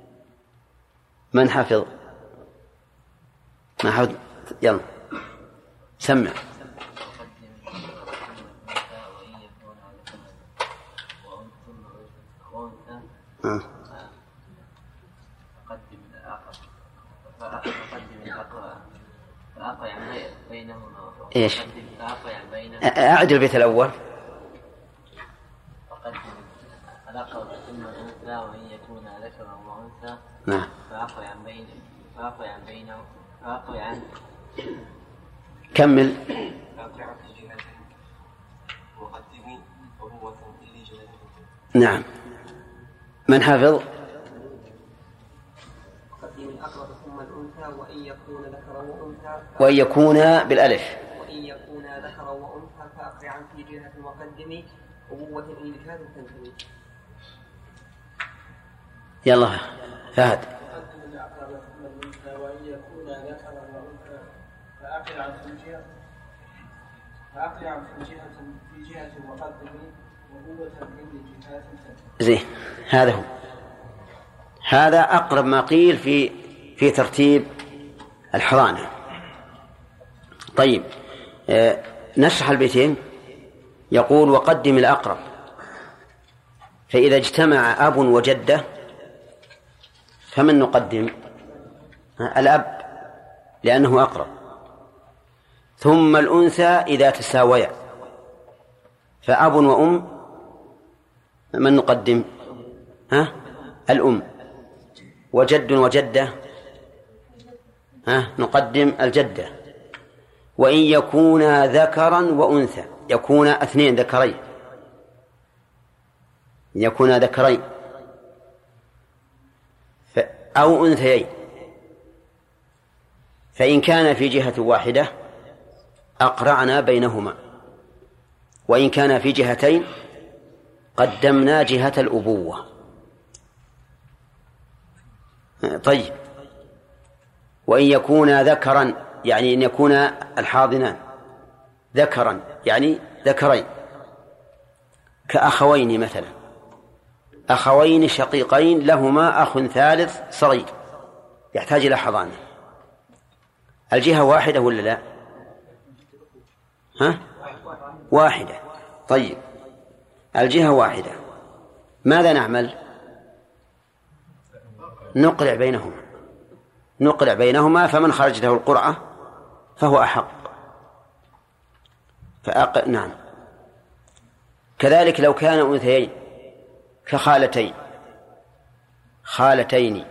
من حفظ؟ ما حفظ؟ يلا سمع. ايش؟ أعد البيت الأول. وقدم الأقرب ثم الأنثى وإن يكون ذكرا وأنثى. نعم. فأقرع عن كمل. نعم. من حافظ؟ وقدم الأقرب ثم الأنثى وإن يكون ذكرا وأنثى وإن يكون بالألف وإن يكون ذكرا وأنثى فأقرعا في جهة وقدم أبوة إن لجهات تنتمي. يلا فهد. وقدم الأقرب ثم الأنثى وإن يكون ذكرا وأنثى فأقرعا في جهة وقدم أبوة إن لجهات تنتمي. زين، هذا هو، هذا أقرب ما قيل في ترتيب الحضانة. طيب، نشرح البيتين. يقول وقدم الأقرب، فإذا اجتمع أب وجدة فمن نقدم؟ الأب لأنه أقرب، ثم الأنثى إذا تساويا، فأب وأم من نقدم؟ الأم، وجد وجدة نقدم الجدة. وإن يكونا ذكرا وأنثى، يكون اثنين ذكرين، يكون ذكرين أو أنثيين، فإن كان في جهة واحدة أقرعنا بينهما، وإن كان في جهتين قدمنا جهة الأبوة. طيب، وإن يكون ذكرا يعني أن يكون الحاضنان ذكرا يعني ذكرين، كأخوين مثلا، أخوين شقيقين لهما أخ ثالث صغير يحتاج إلى حضانة، الجهة واحدة ولا لا؟ واحدة. طيب، الجهة واحدة، ماذا نعمل؟ نقرع بينهما، فمن خرجت له القرعة فهو أحق. نعم. كذلك لو كان أنثيين خالتين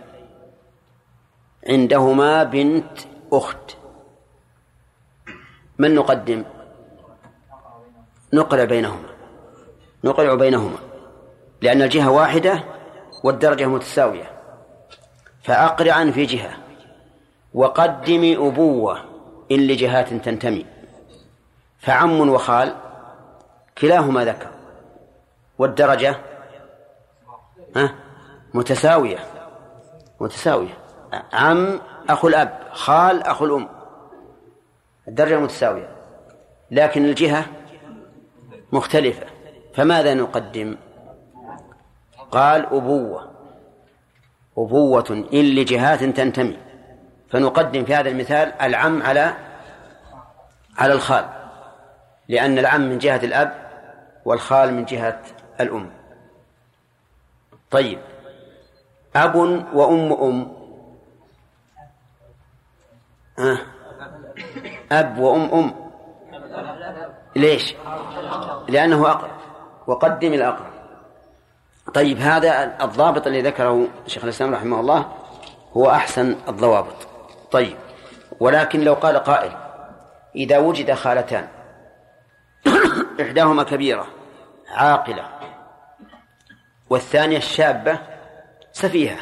عندهما بنت أخت، من نقدم؟ نقرع بينهما لأن الجهة واحدة والدرجة متساوية، فأقرعا في جهة وقدم أبوة إن لجهات تنتمي، فعم وخال كلاهما ذكر والدرجة متساوية، عم أخو الأب، خال أخو الأم، الدرجة متساوية، لكن الجهة مختلفة، فماذا نقدم؟ قال أبوة إن لجهات تنتمي، فنقدم في هذا المثال العم على الخال، لأن العم من جهة الأب والخال من جهة الأم. طيب، أب وأم أب وأم ليش؟ لأنه أقرب، وقدم الأقرب. طيب، هذا الضابط الذي ذكره شيخ الإسلام رحمه الله هو أحسن الضوابط. طيب، ولكن لو قال قائل إذا وجد خالتان إحداهما كبيرة عاقلة والثانية الشابة سفيهة،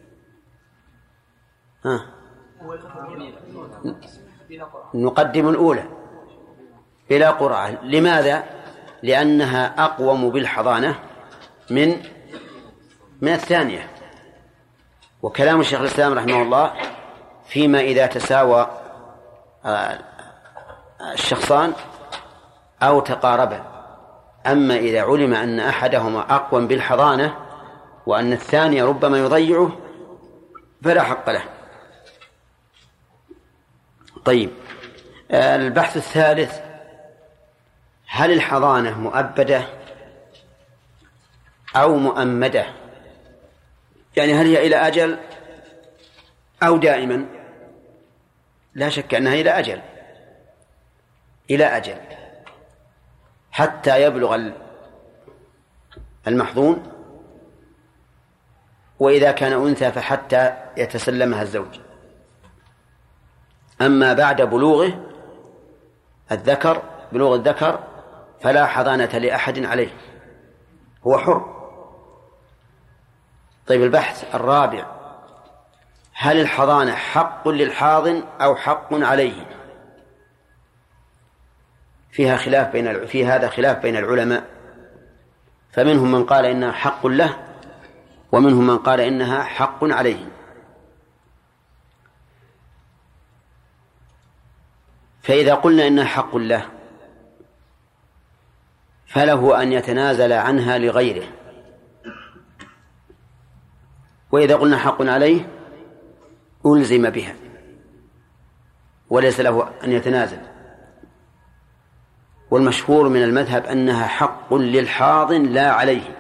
نقدم الأولى إلى قرعة. لماذا؟ لأنها أقوم بالحضانة من الثانية. وكلام الشيخ الإسلام رحمه الله فيما إذا تساوى الشخصان أو تقاربا، أما إذا علم أن أحدهما أقوم بالحضانة وأن الثاني ربما يضيعه فلا حق له. طيب، البحث الثالث: هل الحضانة مؤبدة أو مؤمدة؟ يعني هل هي إلى أجل أو دائما؟ لا شك أنها إلى أجل حتى يبلغ المحظون، وإذا كان أنثى فحتى يتسلمها الزوج. أما بعد بلوغ الذكر فلا حضانة لأحد عليه، هو حر. طيب، البحث الرابع: هل الحضانة حق للحاضن أو حق عليه؟ في هذا خلاف بين العلماء، فمنهم من قال إنها حق له، ومنهم من قال إنها حق عليه. فإذا قلنا إنها حق له فله أن يتنازل عنها لغيره، وإذا قلنا حق عليه ألزم بها وليس له أن يتنازل. والمشهور من المذهب أنها حق للحاضن لا عليه.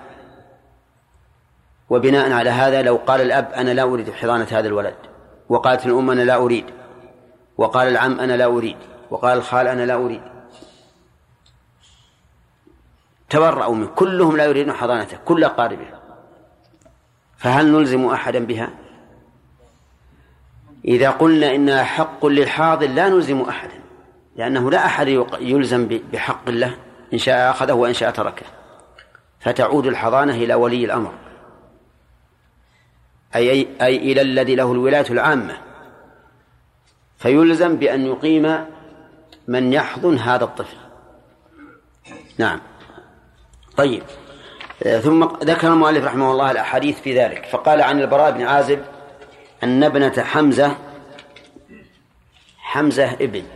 وبناء على هذا لو قال الأب أنا لا أريد حضانة هذا الولد، وقالت الأم أنا لا أريد، وقال العم أنا لا أريد، وقال الخال أنا لا أريد، تبرأوا منه، كلهم لا يريدون حضانته، كل أقاربه، فهل نلزم أحدا بها؟ إذا قلنا إنها حق للحاضن لا نلزم أحدا، لأنه لا أحد يلزم بحق الله، إن شاء أخذه وإن شاء تركه، فتعود الحضانة إلى ولي الأمر، أي إلى الذي له الولاية العامة، فيلزم بأن يقيم من يحضن هذا الطفل. نعم. طيب، ثم ذكر المؤلف رحمه الله الأحاديث في ذلك، فقال عن البراء بن عازب أن ابنة حمزة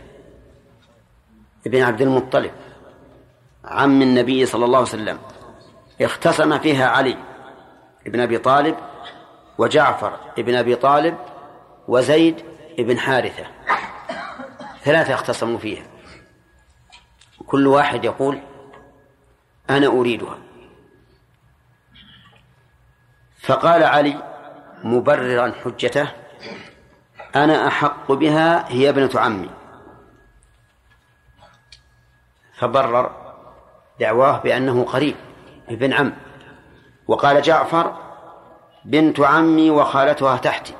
ابن عبد المطلب عم النبي صلى الله عليه وسلم اختصم فيها علي ابن أبي طالب وجعفر ابن أبي طالب وزيد ابن حارثة، 3 اختصموا فيها، كل واحد يقول أنا أريدها. فقال علي مبررا حجته أنا أحق بها، هي ابنة عمي، فبرر دعواه بأنه قريب ابن عم. وقال جعفر بنت عمي وخالتها تحتي،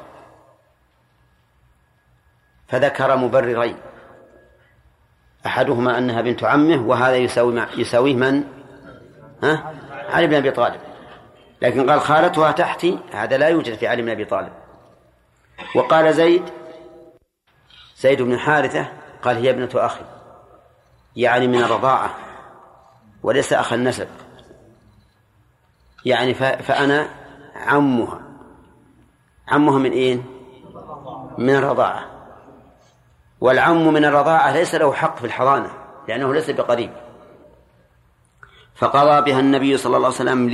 فذكر مبررين، أحدهما أنها بنت عمه، وهذا يساويه من؟ علي بن أبي طالب، لكن قال خالتها تحتي، هذا لا يوجد في علي بن أبي طالب. وقال زيد بن حارثة قال هي ابنة أخي، يعني من الرضاعة وليس أخ النسب، يعني فأنا عمها من إيه؟ من الرضاعة، والعم من الرضاعة ليس له حق في الحضانة لأنه ليس بقريب. فقضى بها النبي صلى الله عليه وسلم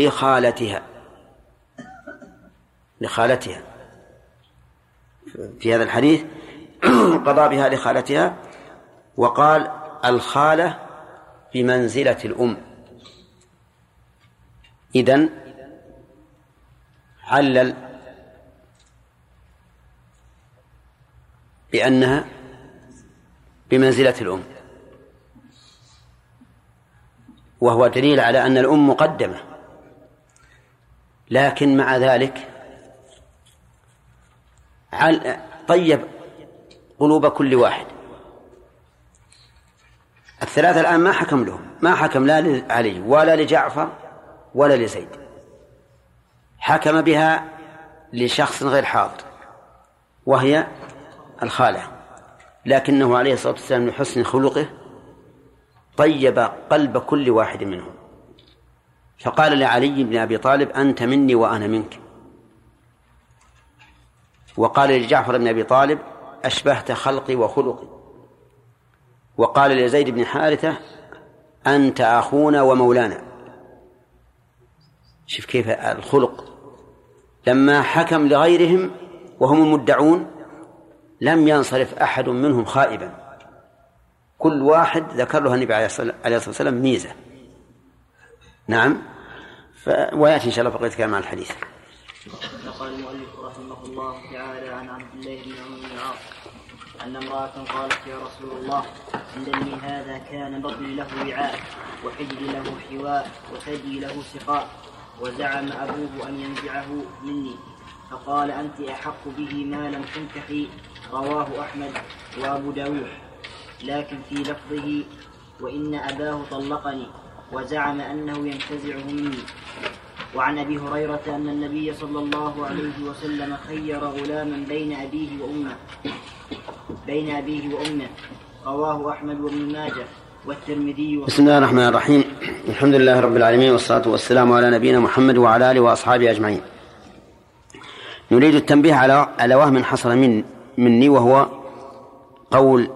لخالتها في هذا الحديث قضى بها لخالتها، وقال الخالة بمنزلة الأم. إذن علل بأنها بمنزلة الأم، وهو دليل على أن الأم مقدمة، لكن مع ذلك طيب قلوب كل واحد. الثلاثة الآن ما حكم لهم، ما حكم لا لعلي ولا لجعفر ولا لزيد، حكم بها لشخص غير حاضر وهي الخالة، لكنه عليه الصلاة والسلام لحسن خلقه طيب قلب كل واحد منهم، فقال لعلي بن أبي طالب أنت مني وأنا منك، وقال لجعفر بن أبي طالب أشبهت خلقي وخلقي، وقال لزيد بن حارثة أنت أخونا ومولانا. شوف كيف الخلق، لما حكم لغيرهم وهم المدعون لم ينصرف أحد منهم خائبا، كل واحد ذكر له النبي عليه الصلاة والسلام ميزة. نعم. ويأتي إن شاء الله بقية كلام عن الحديث. قال المؤلف رحمه الله تعالى عن عبد الله بن عمرو بن العاص أن امرأة قالت يا رسول الله إن ابني هذا كان بطني له وعاء وحجري له حواء وثدي له سقاء، وزعم أبوه أن ينزعه مني، فقال أنت أحق به ما لم تنكحي. رواه أحمد وأبو داود، لكن في لفظه وإن أباه طلقني، وزعم أنه ينتزعه مني. وعن أبي هريرة أن النبي صلى الله عليه وسلم خير غلاما بين أبيه وأمه. رواه أحمد وابن ماجه والترمذي. بسم الله الرحمن الرحيم، الحمد لله رب العالمين، والصلاة والسلام على نبينا محمد وعلى آله وأصحابه أجمعين. نريد التنبيه على وهم حصل مني، وهو قول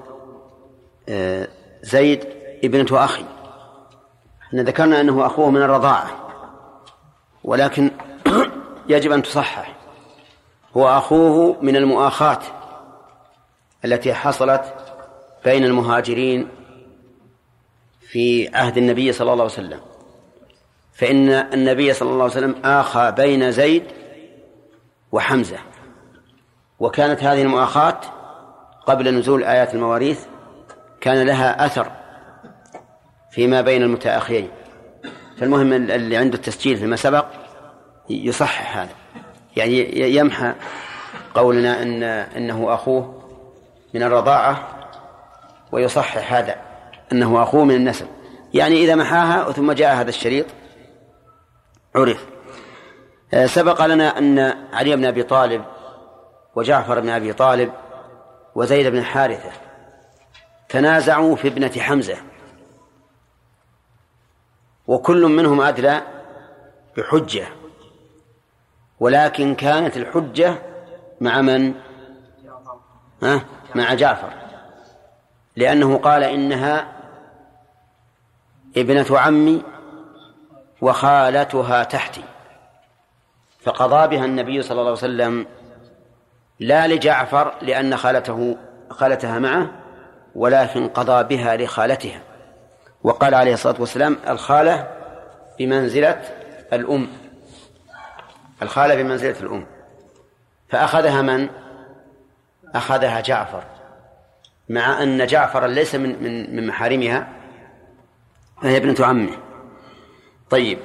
زيد ابنة أخي. ذكرنا أنه أخوه من الرضاعة، ولكن يجب أن تصحح، هو أخوه من المؤاخاة التي حصلت بين المهاجرين في عهد النبي صلى الله عليه وسلم، فإن النبي صلى الله عليه وسلم آخى بين زيد وحمزة، وكانت هذه المؤاخاة قبل نزول آيات المواريث كان لها أثر فيما بين المتآخيين. فالمهم اللي عنده التسجيل فيما سبق يصحح هذا، يعني يمحى قولنا إنه أخوه من الرضاعة، ويصحح هذا أنه أخوه من النسب. يعني إذا محاها ثم جاء هذا الشريط عرف. سبق لنا أن علي بن أبي طالب وجعفر بن أبي طالب وزيد بن حارثة تنازعوا في ابنة حمزة، وكل منهم أدلى بحجة، ولكن كانت الحجة مع من؟ مع جعفر، لأنه قال إنها ابنة عمي وخالتها تحتي، فقضى بها النبي صلى الله عليه وسلم لا لجعفر لأن خالتها معه، ولكن قضى بها لخالتها. وقال عليه الصلاة والسلام الخالة بمنزلة الأم، الخالة بمنزلة الأم، فأخذها من؟ أخذها جعفر، مع أن جعفر ليس من محارمها، فهي ابنة عمه. طيب،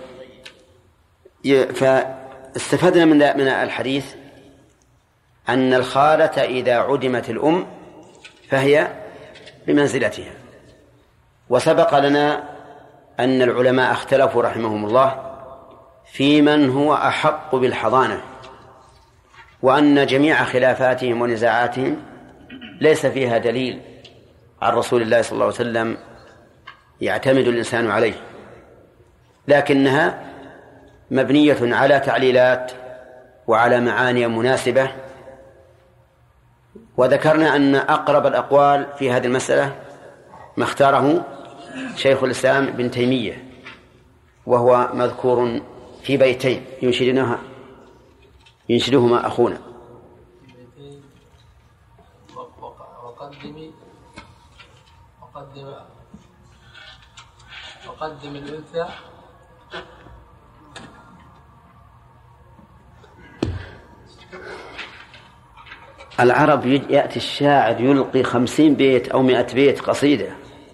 فاستفدنا من الحديث أن الخالة إذا عدمت الأم فهي بمنزلتها. وسبق لنا أن العلماء اختلفوا رحمهم الله في من هو أحق بالحضانة، وأن جميع خلافاتهم ونزاعاتهم ليس فيها دليل عن رسول الله صلى الله عليه وسلم يعتمد الإنسان عليه، لكنها مبنية على تعليلات وعلى معاني مناسبة. وذكرنا أن أقرب الأقوال في هذه المسألة ما اختاره شيخ الإسلام ابن تيمية، وهو مذكور في بيتين ينشدهما أخونا. وقدم الأنثى العرب يأتي الشاعر يلقي 50 بيت أو 100 بيت قصيدة،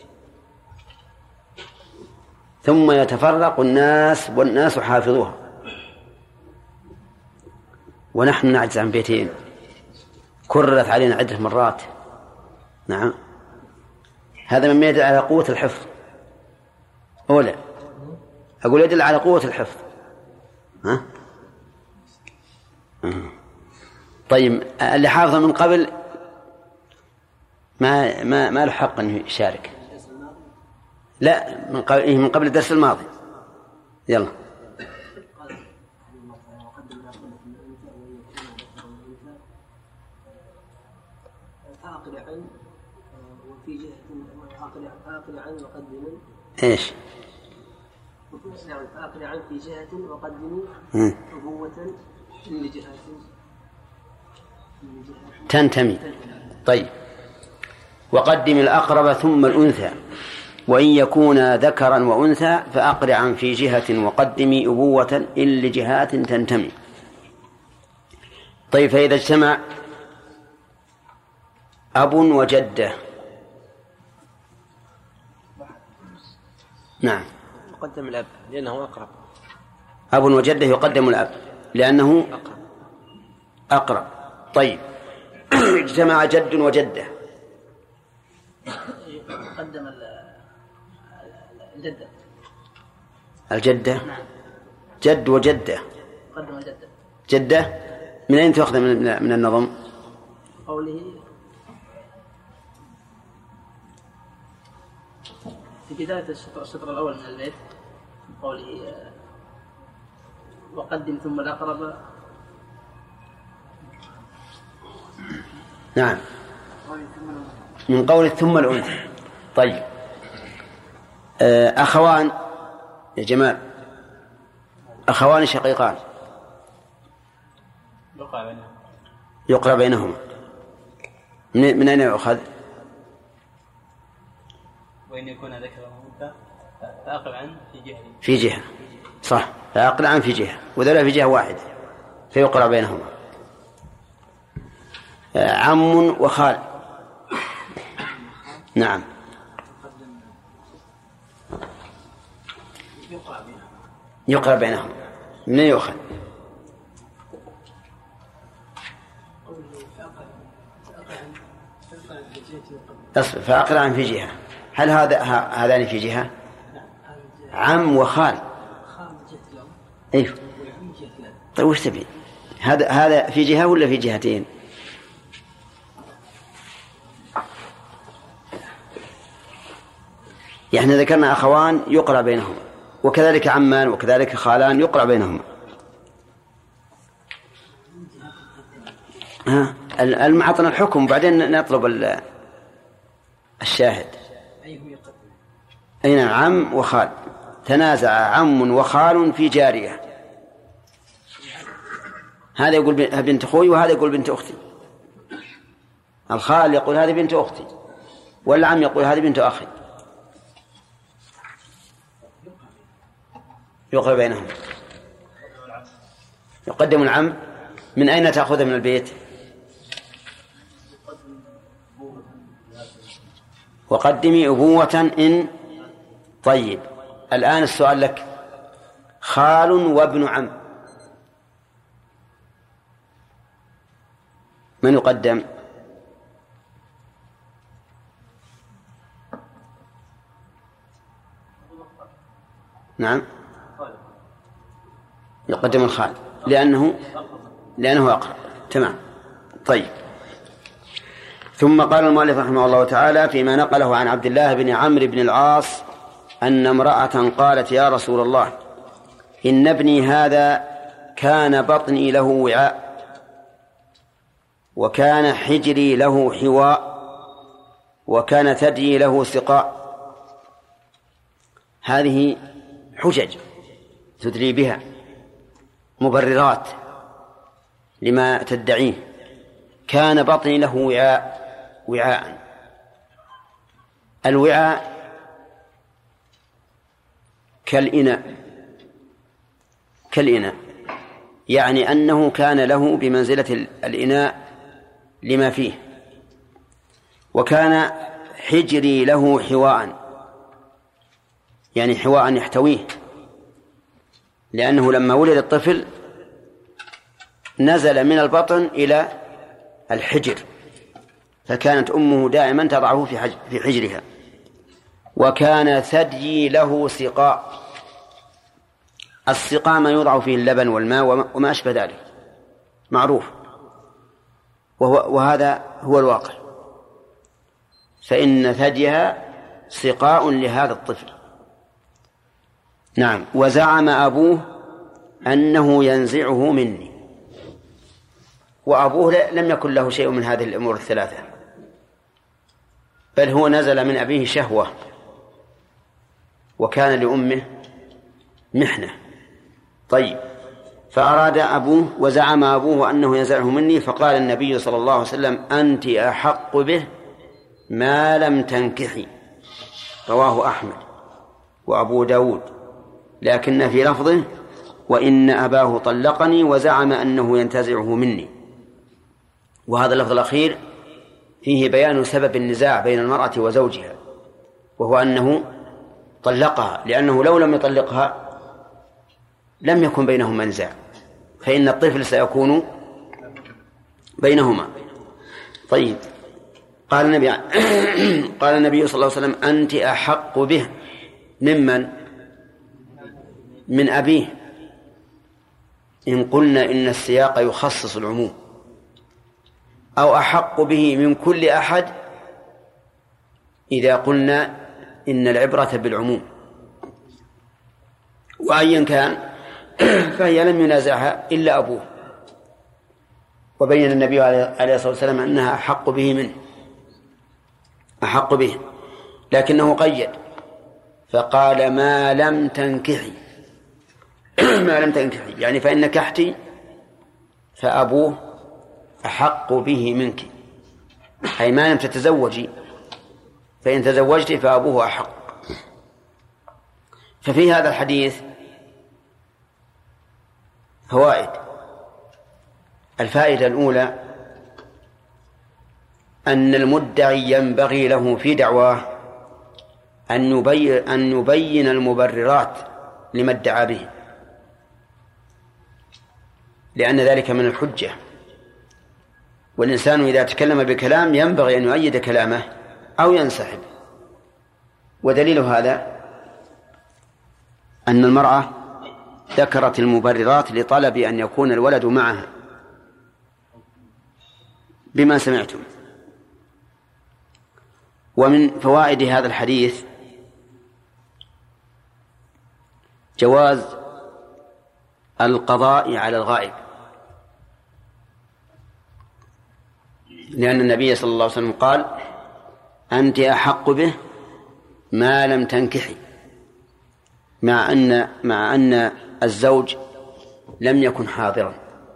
ثم يتفرق الناس والناس حافظوها، ونحن نعجز عن بيتين كررت علينا عدة مرات. نعم، هذا مما يدل على قوة الحفظ. أولا أقول يدل على قوة الحفظ. طيب، اللي حافظ من قبل ما له حق أن يشارك. لا، من قبل الدرس الماضي. يلا. فأقل عن وقدم إيش؟ فأقل عن في جهة وقدم أبوة لجهة تنتمي. طيب، وقدم الأقرب ثم الأنثى، وإن يكون ذكرا وأنثى فأقرعا في جهة وقدمي أبوة إن لجهات تنتمي. طيب، فإذا اجتمع أب وجدة، نعم، يقدم الأب لأنه أقرب. أب وجدة يقدم الأب لأنه أقرب. طيب، اجتمع جد وجدة، قدم الجدة. الجدة، جد وجدة، قدم الجدة. جدة من أين تأخذ من النظم؟ قوله في بداية الشطر الأول من البيت، قوله وقدم ثم الأقرب. نعم، من قول ثم الأنثى. طيب، أخوان يا جمال، أخوان شقيقان يقرأ بينهما، من أين يؤخذ؟ وإن يكون ذكر وأنثى فأقل عن في جهة صح، فأقل عن في جهة، وذلا في جهة واحدة فيقرأ بينهما. عم وخال. نعم يقرأ بينهما. من يؤخذ؟ فأقل عن في جهة. هل هذان في جهة؟ عم وخال. ايوه. طيب وش تبي؟ هذا في جهة ولا في جهتين؟ يعني ذكرنا أخوان يقرأ بينهما، وكذلك عمان وكذلك خالان يقرأ بينهما. المعطنا الحكم بعدين نطلب الشاهد. أين عم وخال؟ تنازع عم وخال في جارية، هذا يقول بنت أخوي وهذا يقول بنت أختي. الخال يقول هذه بنت أختي، والعم يقول هذه بنت أخي. يقرأ بينهم. يقدم العم. من أين تأخذه من البيت؟ وقدمي أبوة إن. طيب الآن السؤال لك، خال وابن عم من يقدم؟ نعم يقدم الخال لأنه أقرب. تمام. طيب ثم قال المؤلف رحمه الله تعالى فيما نقله عن عبد الله بن عمرو بن العاص أن امرأة قالت يا رسول الله إن ابني هذا كان بطني له وعاء وكان حجري له حواء وكان ثديي له سقاء. هذه حجج تدري بها، مبررات لما تدعيه. كان بطني له وعاء. الوعاء كالإناء، يعني أنه كان له بمنزلة الإناء لما فيه. وكان حجري له حواء، يعني حواء يحتويه، لأنه لما ولد الطفل نزل من البطن إلى الحجر، فكانت أمه دائما تضعه في حجرها. وكان ثديي له سقاء. السقاء ما يوضع فيه اللبن والماء وما أشبه ذلك، معروف، وهذا هو الواقع. فإن ثديها سقاء لهذا الطفل. نعم. وزعم أبوه أنه ينزعه مني، وأبوه لم يكن له شيء من هذه الأمور الثلاثة، بل هو نزل من أبيه شهوة، وكان لأمه محنة. طيب فأراد أبوه وزعم أبوه أنه ينزعه مني، فقال النبي صلى الله عليه وسلم أنت أحق به ما لم تنكحي. رواه أحمد وأبو داود، لكن في لفظه وإن أباه طلقني وزعم أنه ينتزعه مني. وهذا اللفظ الأخير فيه بيان سبب النزاع بين المرأة وزوجها، وهو أنه طلقها، لأنه لو لم يطلقها لم يكن بينهما نزاع، فإن الطفل سيكون بينهما. طيب قال النبي صلى الله عليه وسلم أنت أحق به ممن؟ من أبيه. إن قلنا إن السياق يخصص العموم، أو أحق به من كل أحد إذا قلنا إن العبرة بالعموم. وأيا كان فهي لم ينازعها إلا أبوه، وبين النبي عليه الصلاة والسلام أنها أحق به منه، أحق به، لكنه قيد فقال ما لم تنكحي. ما لم تنكحي يعني فإن نكحتي فأبوه أحق به منك، أي ما لم تتزوجي فإن تزوجت فأبوه أحق. ففي هذا الحديث فوائد. الفائدة الأولى أن المدعي ينبغي له في دعواه أن يبين المبررات لما ادعى به، لأن ذلك من الحجة، والإنسان إذا تكلم بكلام ينبغي أن يؤيد كلامه أو ينسحب. ودليل هذا أن المرأة ذكرت المبررات لطلب أن يكون الولد معها بما سمعتم. ومن فوائد هذا الحديث جواز القضاء على الغائب، لأن النبي صلى الله عليه وسلم قال: أنت أحق به ما لم تنكحي، مع أن الزوج لم يكن حاضرا.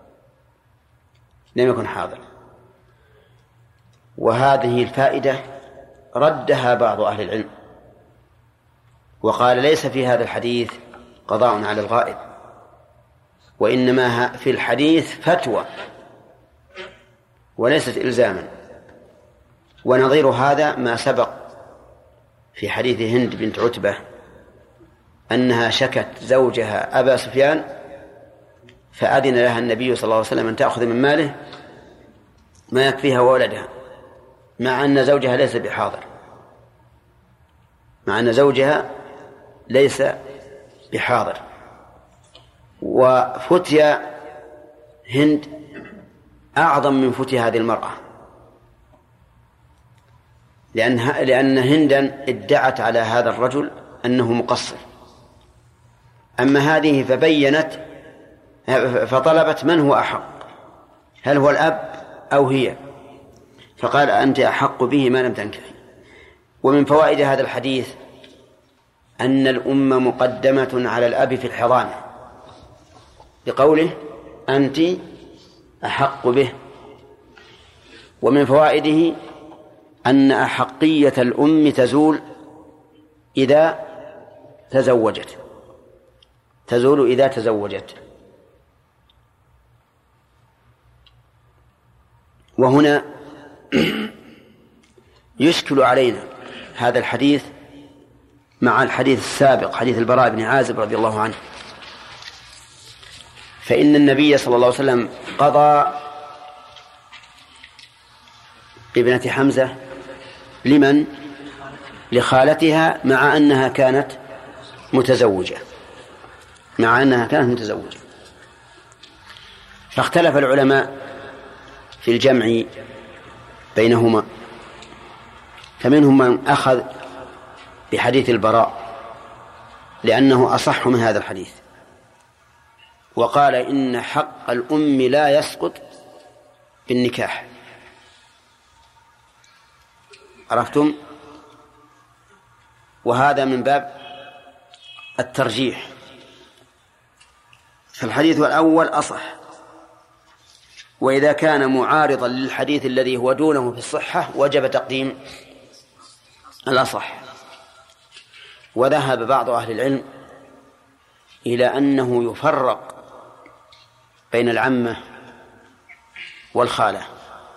وهذه الفائدة ردها بعض أهل العلم وقال: ليس في هذا الحديث قضاء على الغائب، وإنما في الحديث فتوى وليست إلزاما. ونظير هذا ما سبق في حديث هند بنت عتبة أنها شكت زوجها أبا سفيان فأذن لها النبي صلى الله عليه وسلم أن تأخذ من ماله ما يكفيها وولدها، مع أن زوجها ليس بحاضر. وفتيا هند أعظم من فتيا هذه المرأة، لأن هندا ادعت على هذا الرجل أنه مقصر، أما هذه فطلبت من هو أحق، هل هو الأب أو هي، فقال: أنت أحق به ما لم تنكحي. ومن فوائد هذا الحديث أن الأم مقدمة على الأب في الحضانة بقوله: أنت أحق به. ومن فوائده أن أحقية الأم تزول إذا تزوجت. وهنا يشكل علينا هذا الحديث مع الحديث السابق، حديث البراء بن عازب رضي الله عنه، فإن النبي صلى الله عليه وسلم قضى ابنة حمزة لمن؟ لخالتها، مع أنها كانت متزوجة. فاختلف العلماء في الجمع بينهما، فمنهم من أخذ بحديث البراء لأنه أصح من هذا الحديث، وقال: إن حق الأم لا يسقط بالنكاح. عرفتم؟ وهذا من باب الترجيح، فالحديث الأول أصح، وإذا كان معارضا للحديث الذي هو دونه في الصحة وجب تقديم الأصح. وذهب بعض أهل العلم إلى أنه يفرق بين العمة والخالة،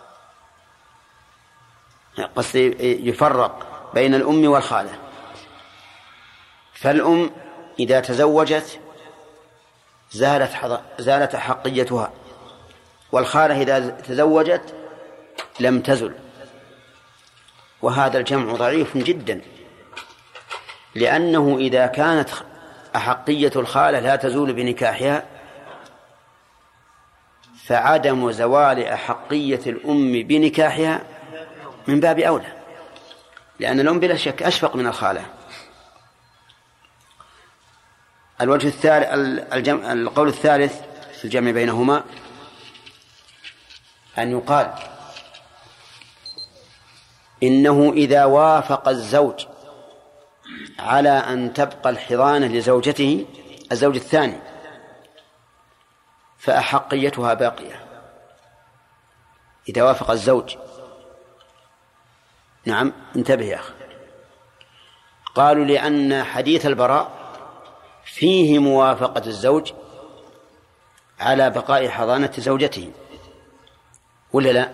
يفرق بين الأم والخالة. فالأم إذا تزوجت زالت حقيتها، والخالة إذا تزوجت لم تزل. وهذا الجمع ضعيف جدا، لأنه إذا كانت أحقية الخالة لا تزول بنكاحها فعدم زوال أحقية الأم بنكاحها من باب أولى، لأن الأم بلا شك أشفق من الخالة. الوجه الثالث القول الثالث في الجمع بينهما أن يقال إنه إذا وافق الزوج على أن تبقى الحضانة لزوجته الزوج الثاني فأحقيتها باقية. إذا وافق الزوج، نعم انتبه يا أخي، قالوا لأن حديث البراء فيه موافقة الزوج على بقاء حضانة زوجته، ولا لا؟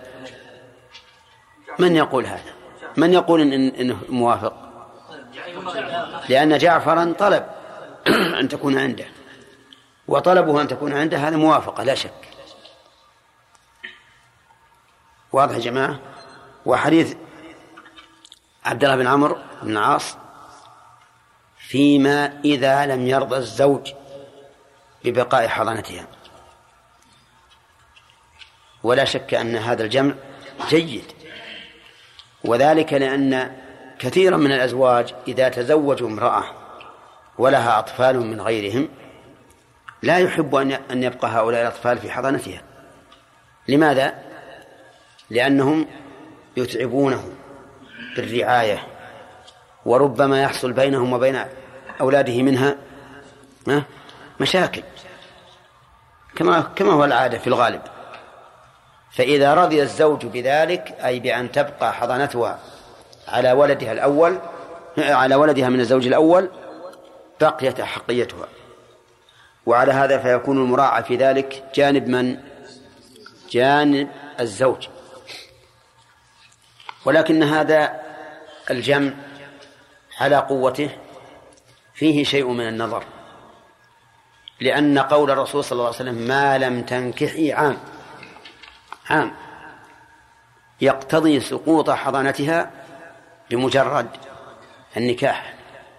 من يقول هذا؟ من يقول إنه موافق؟ لأن جعفرا طلب أن تكون عنده، وطلبه أن تكون عنده هذا موافقة لا شك. واضح يا جماعة؟ وحديث عبد الله بن عمرو بن العاص فيما إذا لم يرضى الزوج ببقاء حضانتها، ولا شك أن هذا الجمع جيد، وذلك لأن كثيرا من الأزواج إذا تزوجوا امرأة ولها أطفال من غيرهم لا يحب أن يبقى هؤلاء الأطفال في حضانتها. لماذا؟ لأنهم يتعبونه بالرعاية، وربما يحصل بينهم وبين أولاده منها مشاكل كما هو العادة في الغالب. فإذا رضي الزوج بذلك، أي بأن تبقى حضانتها على ولدها الأول، على ولدها من الزوج الأول، بقيت أحقيتها. وعلى هذا فيكون المراعى في ذلك جانب من؟ جانب الزوج. ولكن هذا الجمع على قوته فيه شيء من النظر، لأن قول الرسول صلى الله عليه وسلم ما لم تنكحي عام يقتضي سقوط حضانتها بمجرد النكاح،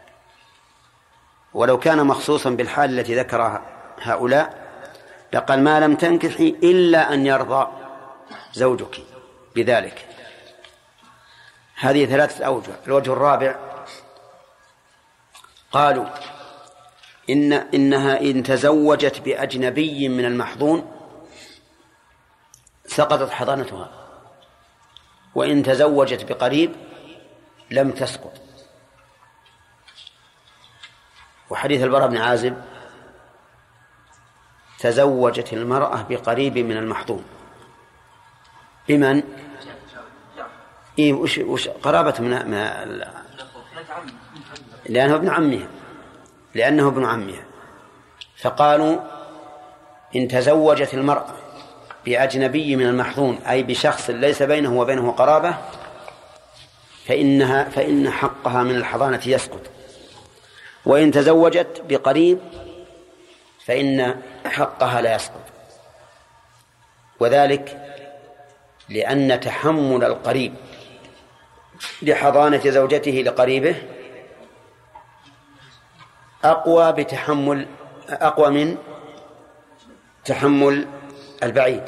ولو كان مخصوصا بالحال التي ذكرها هؤلاء لقال ما لم تنكحي إلا أن يرضى زوجك بذلك. هذه 3 أوجه. الوجه الرابع قالوا إنها إن تزوجت بأجنبي من المحظون سقطت حضانتها، وإن تزوجت بقريب لم تسقط. وحديث البراء بن عازب تزوجت المرأة بقريب من المحظون بمن؟ وش قرابة من لأنه ابن عمها. فقالوا إن تزوجت المرأة بأجنبي من المحظون، أي بشخص ليس بينه وبينه قرابة، فإن حقها من الحضانة يسقط. وإن تزوجت بقريب فإن حقها لا يسقط، وذلك لأن تحمل القريب لحضانة زوجته لقريبه أقوى من تحمل البعيد،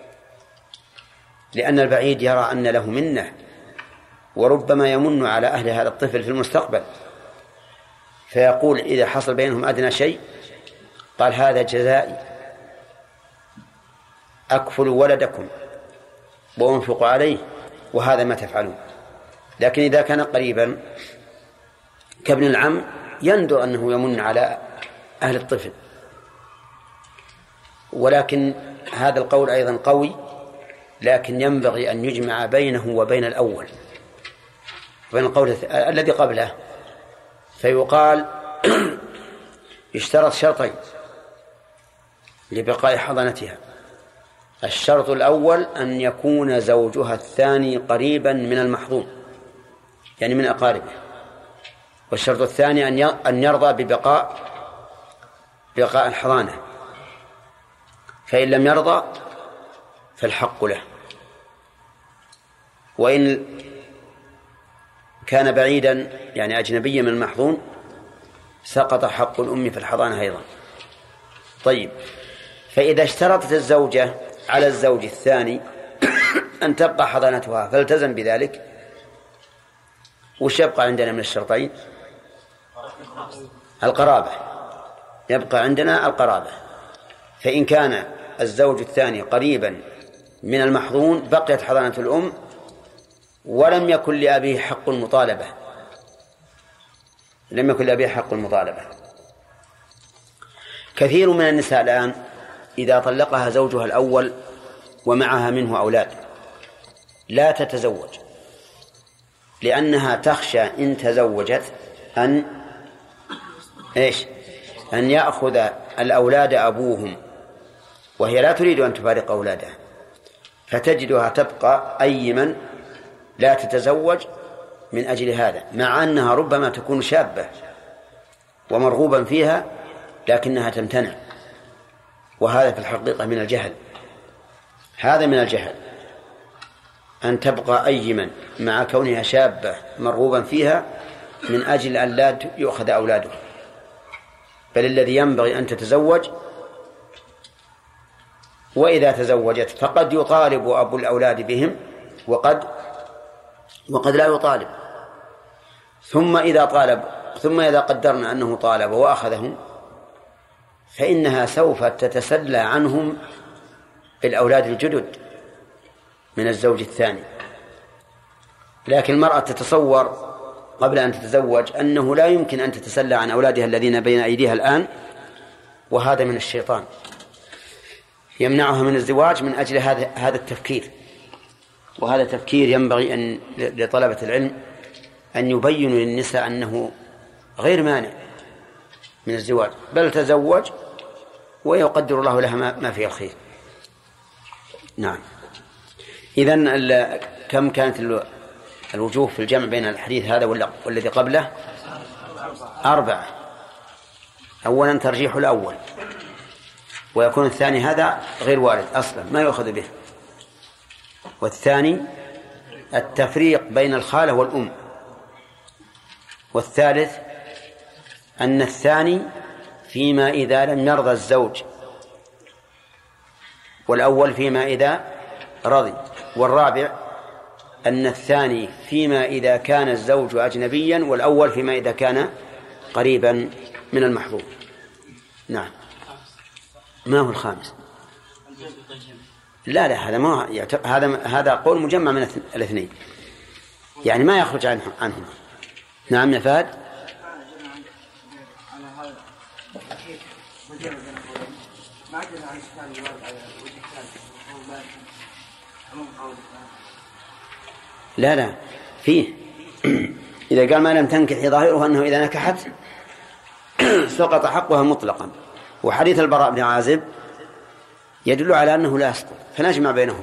لأن البعيد يرى أن له منة، وربما يمن على أهل هذا الطفل في المستقبل، فيقول إذا حصل بينهم أدنى شيء قال هذا جزائي، أكفل ولدكم وأنفق عليه، وهذا ما تفعلون. لكن إذا كان قريبا كابن العم يندر أنه يمن على أهل الطفل. ولكن هذا القول أيضا قوي، لكن ينبغي أن يجمع بينه وبين الأول، وبين القول الذي قبله، فيقال اشترط شرطين لبقاء حضانتها. الشرط الأول أن يكون زوجها الثاني قريبا من المحظوم، يعني من أقاربه. والشرط الثاني أن يرضى ببقاء الحضانة، فإن لم يرضى فالحق له. وإن كان بعيدا يعني أجنبيا من المحظون سقط حق الأم في الحضانة أيضا. طيب، فإذا اشترطت الزوجة على الزوج الثاني أن تبقى حضانتها فالتزم بذلك، وش يبقى عندنا من الشرطين؟ القرابة. يبقى عندنا القرابة. فإن كان الزوج الثاني قريبا من المحظون بقيت حضانة الأم، ولم يكن لأبيه حق المطالبة. كثير من النساء الآن إذا طلقها زوجها الأول ومعها منه أولاد لا تتزوج، لأنها تخشى إن تزوجت أن يأخذ الأولاد أبوهم، وهي لا تريد أن تفارق أولادها، فتجدها تبقى أيما لا تتزوج من أجل هذا، مع أنها ربما تكون شابة ومرغوبا فيها لكنها تمتنع، وهذا في الحقيقة من الجهل. هذا من الجهل أن تبقى أيما مع كونها شابة مرغوبا فيها من أجل أن لا يؤخذ أولاده، بل الذي ينبغي أن تتزوج، وإذا تزوجت فقد يطالب أبو الأولاد بهم وقد لا يطالب. ثم إذا قدرنا أنه طالب وأخذهم فإنها سوف تتسلى عنهم بالأولاد الجدد من الزوج الثاني. لكن المرأة تتصور قبل أن تتزوج أنه لا يمكن أن تتسلى عن أولادها الذين بين أيديها الآن، وهذا من الشيطان يمنعها من الزواج من أجل هذا التفكير. وهذا تفكير ينبغي أن لطلبة العلم أن يبينوا للنساء أنه غير مانع من الزواج، بل تزوج ويقدر الله لها ما فيه الخير. نعم. إذن كم كانت الوجوه في الجمع بين الحديث هذا والذي قبله؟ 4. أولا ترجيح الأول، ويكون الثاني هذا غير وارد أصلا ما يؤخذ به. والثاني التفريق بين الخالة والأم. والثالث أن الثاني فيما إذا لم يرضى الزوج، والأول فيما إذا رضي. والرابع أن الثاني فيما إذا كان الزوج أجنبيا، والأول فيما إذا كان قريبا من المحظوظ. نعم. ما هو الخامس؟ لا هذا ما هذا قول مجمع من الاثنين، يعني ما يخرج عنهما. نعم يا فهد. لا فيه إذا قال ما لم تنكح ظاهره أنه إذا نكحت سقط حقها مطلقا. وحديث البراء بن عازب يدل على أنه لا يسقط، فنجمع بينهم.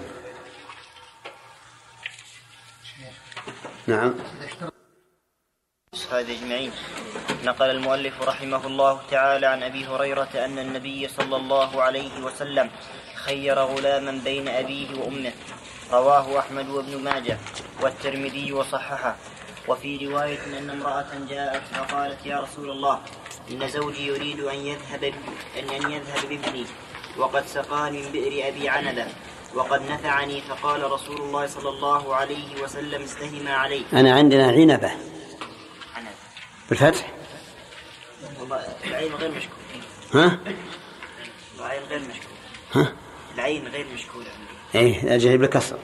نعم. هذا أجمعين. نقل المؤلف رحمه الله تعالى عن أبي هريرة أن النبي صلى الله عليه وسلم خير غلاما بين أبيه وأمه. رواه أحمد وابن ماجه والترمذي وصححه. وفي رواية أن امرأة جاءت فقالت: يا رسول الله، إن زوجي يريد أن يذهب بابني، وقد سقاني من بئر أبي عنبة، وقد نفعني. فقال رسول الله صلى الله عليه وسلم: استهما عليه. أنا عندنا عنبة بالفتح. العين غير مشكولة. ها؟ العين غير مشكولة. ها؟ العين غير مشكولة. إيه أجيب لكسر.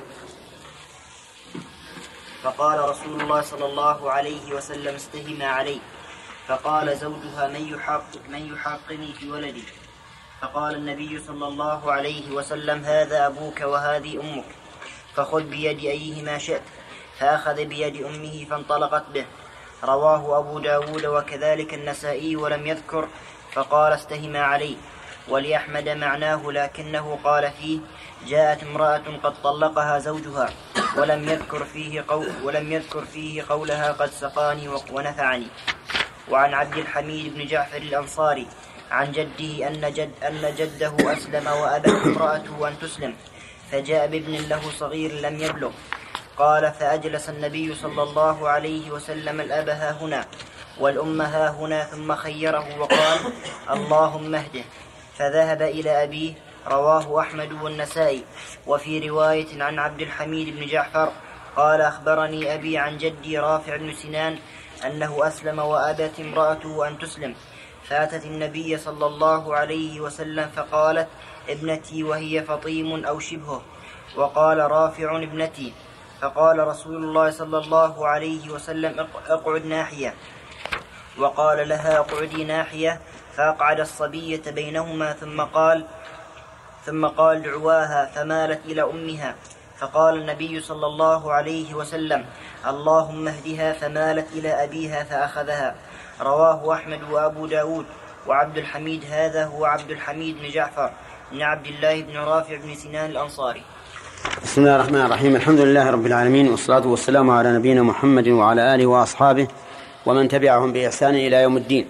فقال رسول الله صلى الله عليه وسلم: استهما عليه. فقال زوجها: من يحقني في ولدي؟ فقال النبي صلى الله عليه وسلم: هذا أبوك وهذه أمك، فخذ بيد أيهما شئت. فأخذ بيد أمه فانطلقت به. رواه أبو داود وكذلك النسائي ولم يذكر فقال: استهما عليه. ولأحمد معناه لكنه قال فيه: جاءت امرأة قد طلقها زوجها، ولم يذكر فيه قولها قد سقاني ونفعني. وعن عبد الحميد بن جعفر الأنصاري عن جده أن جده أسلم وأبت امرأته أن تسلم، فجاء بابن له صغير لم يبلغ. قال: فأجلس النبي صلى الله عليه وسلم الأب ها هنا والأم ها هنا، ثم خيره وقال: اللهم اهده. فذهب إلى أبيه. رواه أحمد والنسائي. وفي رواية عن عبد الحميد بن جعفر قال: أخبرني أبي عن جدي رافع بن سنان أنه أسلم وأبت امرأته أن تسلم، فأتت النبي صلى الله عليه وسلم فقالت: ابنتي، وهي فطيم أو شبهه. وقال رافع: ابنتي. فقال رسول الله صلى الله عليه وسلم: اقعد ناحية. وقال لها: اقعدي ناحية. فأقعد الصبية بينهما ثم قال: دعواها. فمالت إلى أمها. فقال النبي صلى الله عليه وسلم: اللهم اهدها. فمالت إلى أبيها فأخذها. رواه أحمد وأبو داود. وعبد الحميد هذا هو عبد الحميد بن جعفر بن عبد الله بن رافع بن سنان الأنصاري. بسم الله الرحمن الرحيم. الحمد لله رب العالمين، والصلاة والسلام على نبينا محمد وعلى آله وأصحابه ومن تبعهم بإحسان إلى يوم الدين.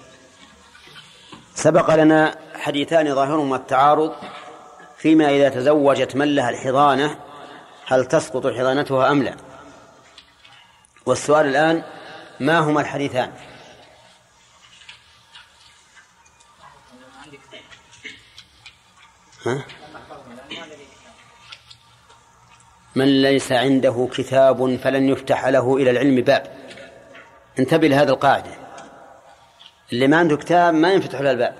سبق لنا حديثان ظاهرهما التعارض فيما إذا تزوجت من لها الحضانة هل تسقط حضانتها أم لا. والسؤال الآن ما هما الحديثان؟ من ليس عنده كتاب فلن يفتح له إلى العلم باب. انتبه لهذه القاعدة، اللي ما عنده كتاب ما ينفتح له الباب.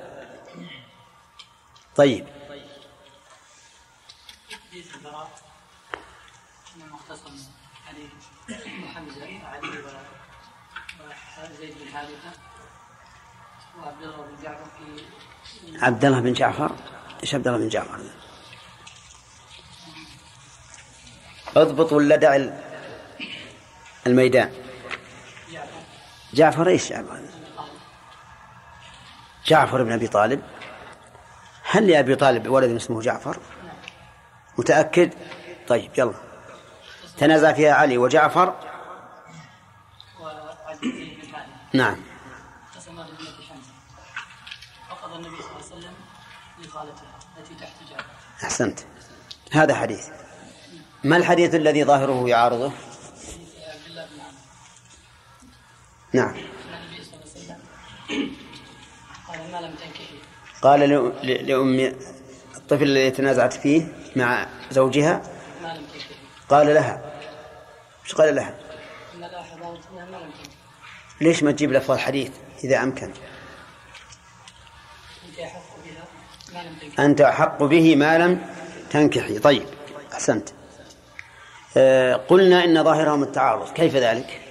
طيب، عبد الله بن جعفر. ايش عبد الله بن جعفر؟ اضبط ولا دع الميدان. جعفر ايش؟ جعفر بن ابي طالب. هل لأبي طالب ولد اسمه جعفر؟ متأكد؟ طيب يلا، تنازع فيها علي وجعفر. نعم. أحسنت، هذا حديث. ما الحديث الذي ظاهره يعارضه؟ نعم. قال لأم الطفل الذي تنازعت فيه مع زوجها، قال لها، ايش قال لها؟ ليش ما تجيب لفظ الحديث إذا أمكن؟ أنت أحق به ما لم تنكحي. طيب، أحسنت. قلنا إن ظاهرهم التعارض، كيف ذلك؟